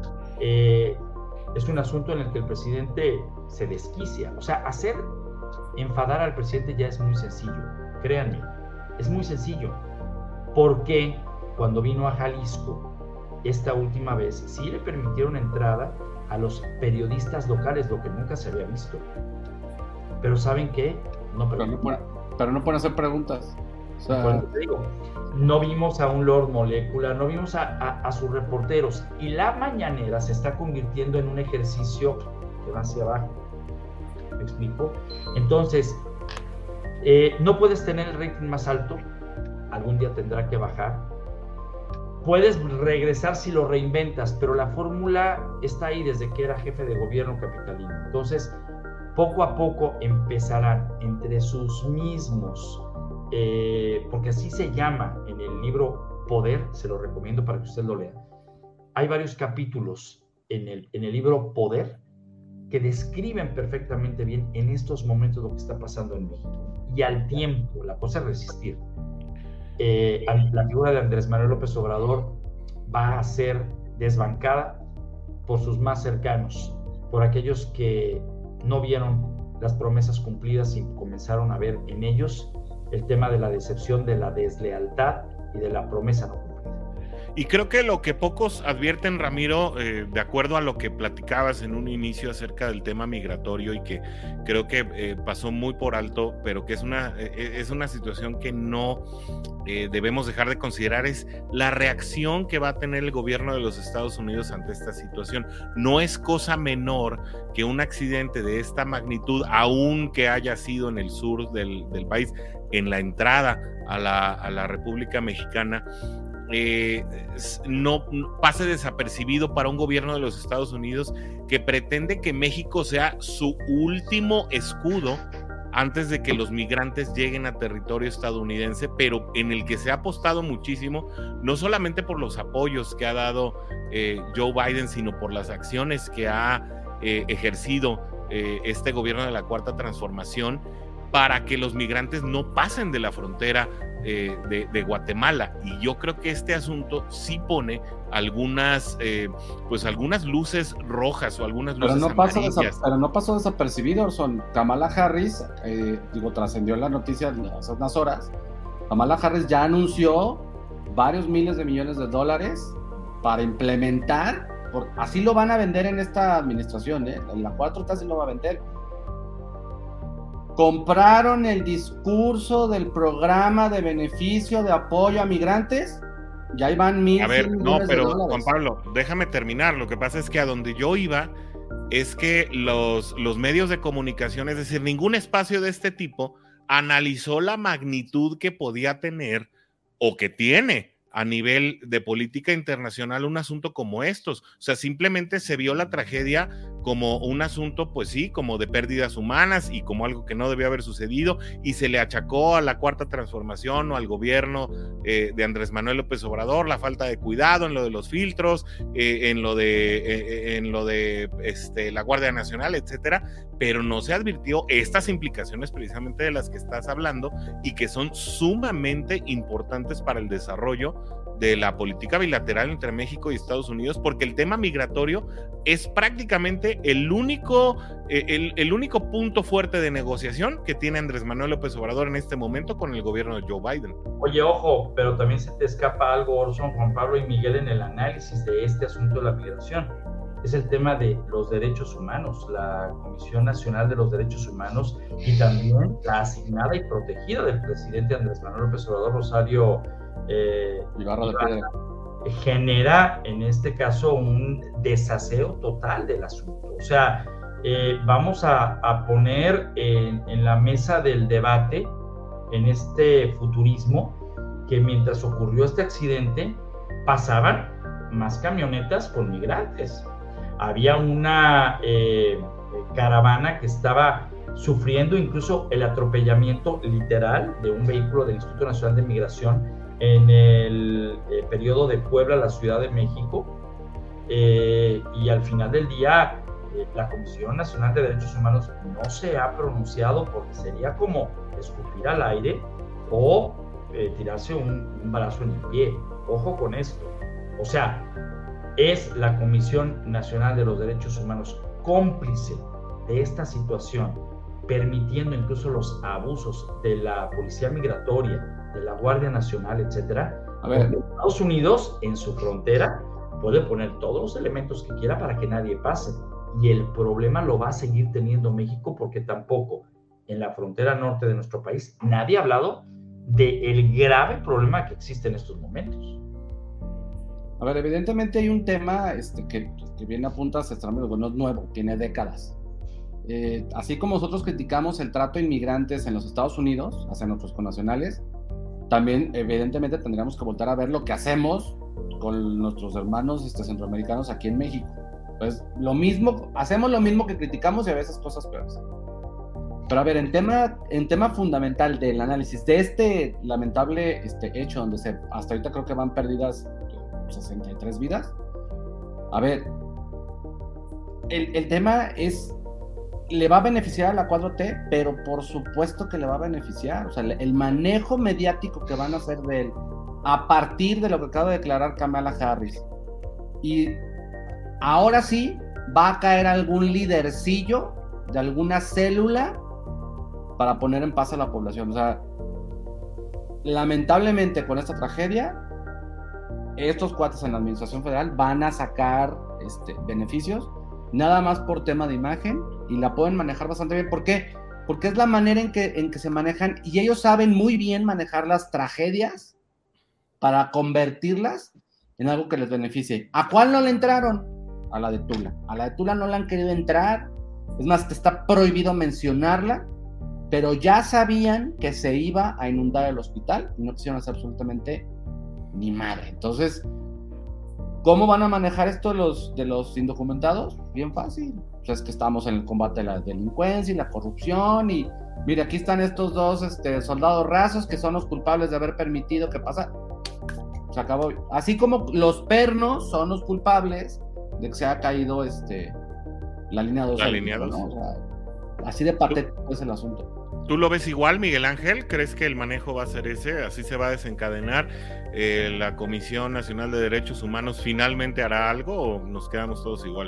es un asunto en el que el presidente se desquicia. O sea, hacer enfadar al presidente ya es muy sencillo, créanme, es muy sencillo, porque cuando vino a Jalisco esta última vez, sí le permitieron entrada a los periodistas locales, lo que nunca se había visto. Pero ¿saben qué? Pero no pueden hacer preguntas. O sea... Bueno, te digo, no vimos a un Lord Molécula, no vimos a sus reporteros, y la mañanera se está convirtiendo en un ejercicio que va hacia abajo. ¿Me explico? Entonces, no puedes tener el rating más alto, algún día tendrá que bajar. Puedes regresar si lo reinventas, pero la fórmula está ahí desde que era jefe de gobierno capitalino. Entonces, poco a poco empezarán entre sus mismos, porque así se llama en el libro Poder, se lo recomiendo para que usted lo lea. Hay varios capítulos en el libro Poder que describen perfectamente bien en estos momentos lo que está pasando en México. Y al tiempo, la cosa es resistir. La figura de Andrés Manuel López Obrador va a ser desbancada por sus más cercanos, por aquellos que no vieron las promesas cumplidas y comenzaron a ver en ellos el tema de la decepción, de la deslealtad y de la promesa no cumplida. Y creo que lo que pocos advierten, Ramiro, de acuerdo a lo que platicabas en un inicio acerca del tema migratorio, y que creo que pasó muy por alto, pero que es una situación que no debemos dejar de considerar, es la reacción que va a tener el gobierno de los Estados Unidos ante esta situación. No es cosa menor que un accidente de esta magnitud, aunque haya sido en el sur del país, en la entrada a la República Mexicana, no pase desapercibido para un gobierno de los Estados Unidos que pretende que México sea su último escudo antes de que los migrantes lleguen a territorio estadounidense, pero en el que se ha apostado muchísimo, no solamente por los apoyos que ha dado Joe Biden, sino por las acciones que ha ejercido este gobierno de la Cuarta Transformación para que los migrantes no pasen de la frontera de Guatemala. Y yo creo que este asunto sí pone algunas luces rojas o algunas luces amarillas. Pero no pasó desapercibido, Orson. Kamala Harris, trascendió la noticia hace unas horas. Kamala Harris ya anunció varios miles de millones de dólares para implementar, así lo van a vender en esta administración, en la 4T así lo va a vender. ¿Compraron el discurso del programa de beneficio de apoyo a migrantes? Ya iban $1,000. A ver, no, pero Juan Pablo, déjame terminar. Lo que pasa es que a donde yo iba es que los medios de comunicación, es decir, ningún espacio de este tipo analizó la magnitud que podía tener o que tiene a nivel de política internacional un asunto como estos. O sea, simplemente se vio la tragedia como un asunto, pues sí, como de pérdidas humanas y como algo que no debió haber sucedido, y se le achacó a la Cuarta Transformación o al gobierno de Andrés Manuel López Obrador la falta de cuidado en lo de los filtros, en lo de la Guardia Nacional, etcétera, pero no se advirtió estas implicaciones precisamente de las que estás hablando y que son sumamente importantes para el desarrollo de la política bilateral entre México y Estados Unidos, porque el tema migratorio es prácticamente el único punto fuerte de negociación que tiene Andrés Manuel López Obrador en este momento con el gobierno de Joe Biden. Oye, ojo, pero también se te escapa algo, Orson, Juan Pablo y Miguel, en el análisis de este asunto de la migración. Es el tema de los derechos humanos, la Comisión Nacional de los Derechos Humanos, y también la asignada y protegida del presidente Andrés Manuel López Obrador, Rosario Ibarra de Piedra, genera en este caso un desaseo total del asunto. O sea, vamos a poner en la mesa del debate, en este futurismo, que mientras ocurrió este accidente pasaban más camionetas con migrantes. Había una caravana que estaba sufriendo incluso el atropellamiento literal de un vehículo del Instituto Nacional de Migración en el periodo de Puebla a la Ciudad de México, y al final del día la Comisión Nacional de Derechos Humanos no se ha pronunciado, porque sería como escupir al aire o tirarse un balazo en el pie. Ojo con esto. O sea, es la Comisión Nacional de los Derechos Humanos cómplice de esta situación, permitiendo incluso los abusos de la Policía Migratoria, de la Guardia Nacional, etcétera. A ver, Estados Unidos en su frontera puede poner todos los elementos que quiera para que nadie pase, y el problema lo va a seguir teniendo México, porque tampoco en la frontera norte de nuestro país nadie ha hablado del grave problema que existe en estos momentos. A ver, evidentemente hay un tema que viene a puntas extremas, no es nuevo, tiene décadas. Así como nosotros criticamos el trato a inmigrantes en los Estados Unidos hacia nuestros connacionales, también evidentemente tendríamos que voltar a ver lo que hacemos con nuestros hermanos centroamericanos aquí en México. Pues hacemos lo mismo que criticamos, y a veces cosas peores. Pero a ver, en tema fundamental del análisis de este lamentable hecho, donde hasta ahorita creo que van perdidas 63 vidas. A ver, el tema es, le va a beneficiar a la 4T, pero por supuesto que le va a beneficiar. O sea, el manejo mediático que van a hacer de él a partir de lo que acaba de declarar Kamala Harris, y ahora sí va a caer algún lidercillo de alguna célula para poner en paz a la población. O sea, lamentablemente con esta tragedia, estos cuates en la administración federal van a sacar beneficios, nada más por tema de imagen, y la pueden manejar bastante bien. ¿Por qué? Porque es la manera en que se manejan, y ellos saben muy bien manejar las tragedias para convertirlas en algo que les beneficie. ¿A cuál no le entraron? A la de Tula. A la de Tula no le han querido entrar, es más, está prohibido mencionarla, pero ya sabían que se iba a inundar el hospital y no quisieron hacer absolutamente ni madre. Entonces, ¿cómo van a manejar esto de los indocumentados? Bien fácil. O sea, es que estamos en el combate de la delincuencia y la corrupción, y mire, aquí están estos dos soldados rasos que son los culpables de haber permitido que pasa. Se acabó. Así como los pernos son los culpables de que se ha caído la línea 2. La línea 2. ¿no? O sea, así de patético es el asunto. ¿Tú lo ves igual, Miguel Ángel? ¿Crees que el manejo va a ser ese? ¿Así se va a desencadenar? ¿La Comisión Nacional de Derechos Humanos finalmente hará algo, o nos quedamos todos iguales?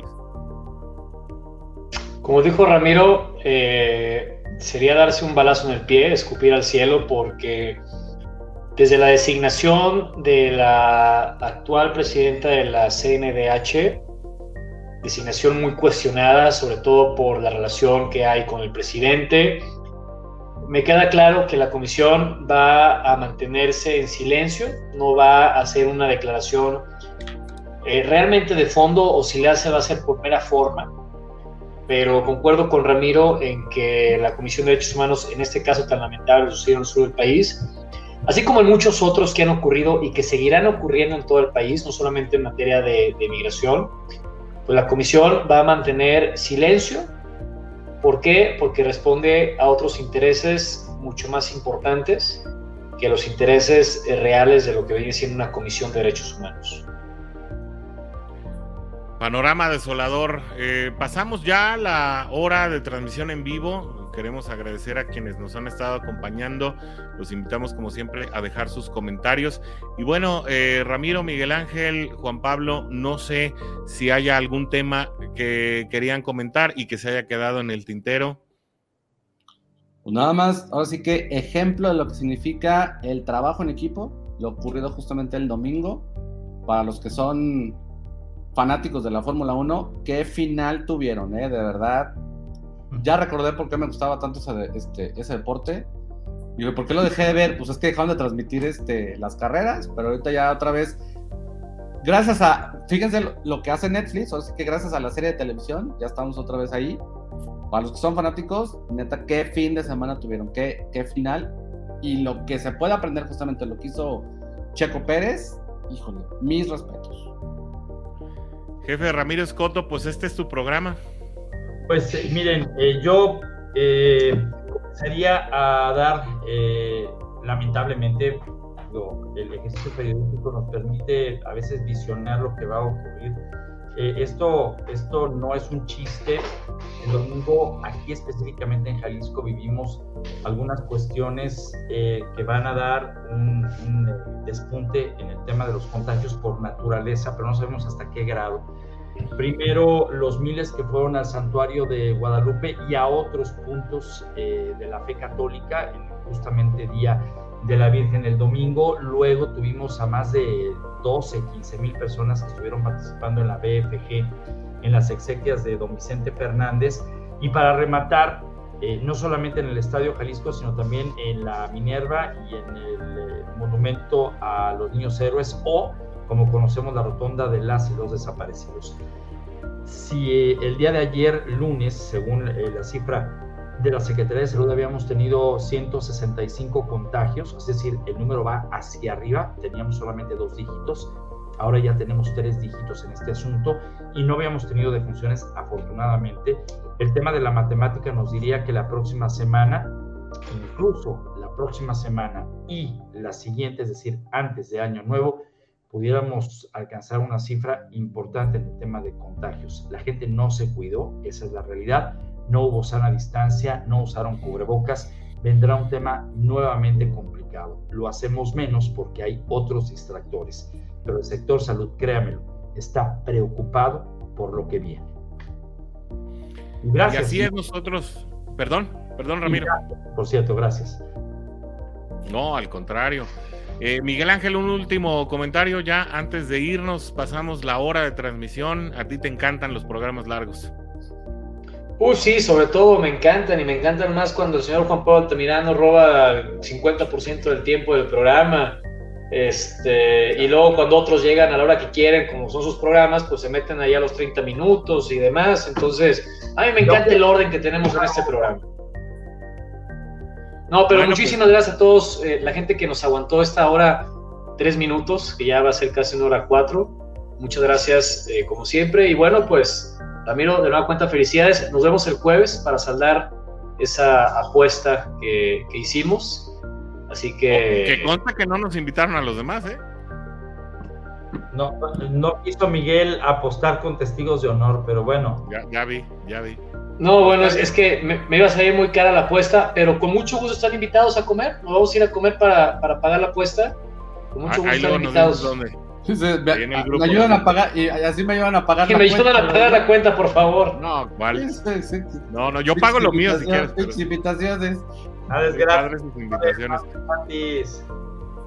Como dijo Ramiro, sería darse un balazo en el pie, escupir al cielo, porque desde la designación de la actual presidenta de la CNDH, designación muy cuestionada, sobre todo por la relación que hay con el presidente, me queda claro que la comisión va a mantenerse en silencio, no va a hacer una declaración realmente de fondo, o si le hace va a ser por mera forma, pero concuerdo con Ramiro en que la Comisión de Derechos Humanos, en este caso tan lamentable, sucedió en el sur del país, así como en muchos otros que han ocurrido y que seguirán ocurriendo en todo el país, no solamente en materia de migración, pues la comisión va a mantener silencio. ¿Por qué? Porque responde a otros intereses mucho más importantes que los intereses reales de lo que viene siendo una comisión de derechos humanos. Panorama desolador. Pasamos ya la hora de transmisión en vivo. Queremos agradecer a quienes nos han estado acompañando. Los invitamos, como siempre, a dejar sus comentarios. Y bueno, Ramiro, Miguel Ángel, Juan Pablo, no sé si haya algún tema que querían comentar y que se haya quedado en el tintero. Pues nada más, ahora sí que ejemplo de lo que significa el trabajo en equipo, lo ocurrido justamente el domingo, para los que son fanáticos de la Fórmula 1, qué final tuvieron, de verdad. Ya recordé por qué me gustaba tanto ese deporte. Y ¿por qué lo dejé de ver? Pues es que dejaron de transmitir las carreras, pero ahorita ya otra vez, gracias a, fíjense lo que hace Netflix, o sea que gracias a la serie de televisión, ya estamos otra vez ahí. Para los que son fanáticos, neta, qué fin de semana tuvieron, qué final. Y lo que se puede aprender justamente lo que hizo Checo Pérez, híjole, mis respetos. Jefe Ramiro Escoto, pues este es tu programa. Pues miren, yo comenzaría a dar, lamentablemente, el ejercicio periodístico nos permite a veces visionar lo que va a ocurrir. Esto no es un chiste. El domingo, aquí específicamente en Jalisco, vivimos algunas cuestiones que van a dar un despunte en el tema de los contagios por naturaleza, pero no sabemos hasta qué grado. Primero, los miles que fueron al santuario de Guadalupe y a otros puntos de la fe católica, en justamente Día de la Virgen el domingo. Luego tuvimos a más de 15,000 personas que estuvieron participando en la BFG, en las exequias de don Vicente Fernández. Y para rematar, no solamente en el Estadio Jalisco, sino también en la Minerva y en el Monumento a los Niños Héroes, o como conocemos la rotonda de las y los desaparecidos. Si el día de ayer, lunes, según la cifra de la Secretaría de Salud, habíamos tenido 165 contagios, es decir, el número va hacia arriba, teníamos solamente 2 dígitos, ahora ya tenemos 3 dígitos en este asunto y no habíamos tenido defunciones, afortunadamente. El tema de la matemática nos diría que la próxima semana, incluso la próxima semana y la siguiente, es decir, antes de Año Nuevo, pudiéramos alcanzar una cifra importante en el tema de contagios. La gente no se cuidó, esa es la realidad. No hubo sana distancia, no usaron cubrebocas. Vendrá un tema nuevamente complicado. Lo hacemos menos porque hay otros distractores, pero el sector salud, créamelo, está preocupado por lo que viene. Gracias. Y así es nosotros. Perdón, Ramiro. Por cierto, gracias. No, al contrario. Miguel Ángel, un último comentario ya antes de irnos. Pasamos la hora de transmisión. A ti te encantan los programas largos. Sí, sobre todo me encantan, y me encantan más cuando el señor Juan Pablo Altamirano roba el 50% del tiempo del programa, y luego cuando otros llegan a la hora que quieren, como son sus programas, pues se meten ahí a los 30 minutos y demás. Entonces, a mí me encanta el orden que tenemos en este programa. No, pero bueno, muchísimas gracias a todos, la gente que nos aguantó esta hora 3 minutos, que ya va a ser casi una hora 4. Muchas gracias, como siempre, y bueno, pues Ramiro, de nueva cuenta, felicidades. Nos vemos el jueves para saldar esa apuesta que hicimos. Así que... Que consta que no nos invitaron a los demás, ¿eh? No quiso Miguel apostar con testigos de honor, pero bueno. Ya vi. No, bueno, es que me iba a salir muy cara la apuesta, pero con mucho gusto están invitados a comer. Nos vamos a ir a comer para pagar la apuesta. Con mucho gusto están invitados. Me ayudan a pagar, y así me ayudan a pagar. Que me ayudan a pagar la cuenta, por favor. No, vale. Sí. No, yo pago lo mío si quieres. Invitaciones. Desgracia. Sus invitaciones.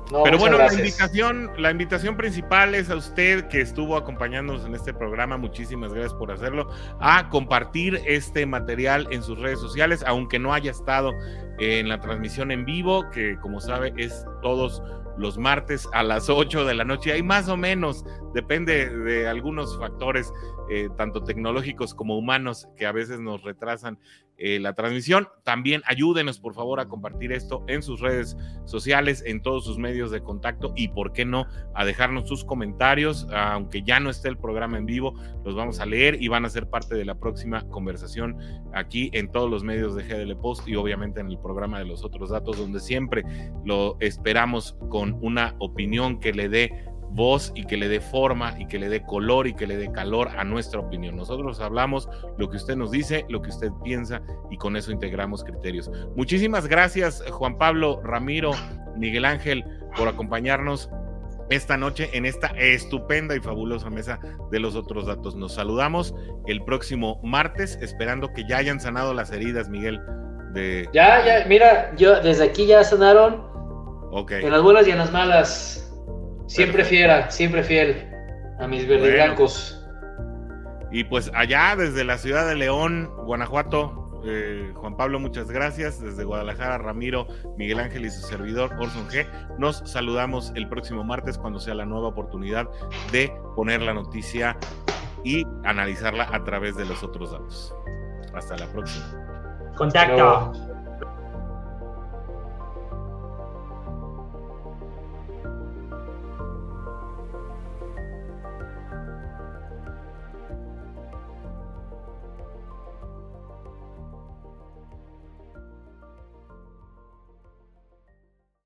No, pero bueno, la invitación principal es a usted que estuvo acompañándonos en este programa, muchísimas gracias por hacerlo, a compartir este material en sus redes sociales, aunque no haya estado en la transmisión en vivo, que como sabe es todos los martes a las 8 de la noche, hay más o menos, depende de algunos factores, tanto tecnológicos como humanos, que a veces nos retrasan la transmisión. También ayúdenos por favor a compartir esto en sus redes sociales, en todos sus medios de contacto, y por qué no, a dejarnos sus comentarios, aunque ya no esté el programa en vivo, los vamos a leer y van a ser parte de la próxima conversación aquí en todos los medios de GDL Post y obviamente en el programa de Los Otros Datos, donde siempre lo esperamos con una opinión que le dé voz y que le dé forma y que le dé color y que le dé calor a nuestra opinión. Nosotros hablamos lo que usted nos dice, lo que usted piensa, y con eso integramos criterios. Muchísimas gracias, Juan Pablo, Ramiro, Miguel Ángel, por acompañarnos esta noche en esta estupenda y fabulosa mesa de Los Otros Datos. Nos saludamos el próximo martes, esperando que ya hayan sanado las heridas, Miguel. Ya, mira, yo desde aquí ya sanaron. Okay. En las buenas y en las malas. Siempre fiel a mis verdiblancos. Y pues allá desde la ciudad de León, Guanajuato, Juan Pablo, muchas gracias. Desde Guadalajara, Ramiro, Miguel Ángel y su servidor Orson G. Nos saludamos el próximo martes cuando sea la nueva oportunidad de poner la noticia y analizarla a través de Los Otros Datos. Hasta la próxima. Contacto.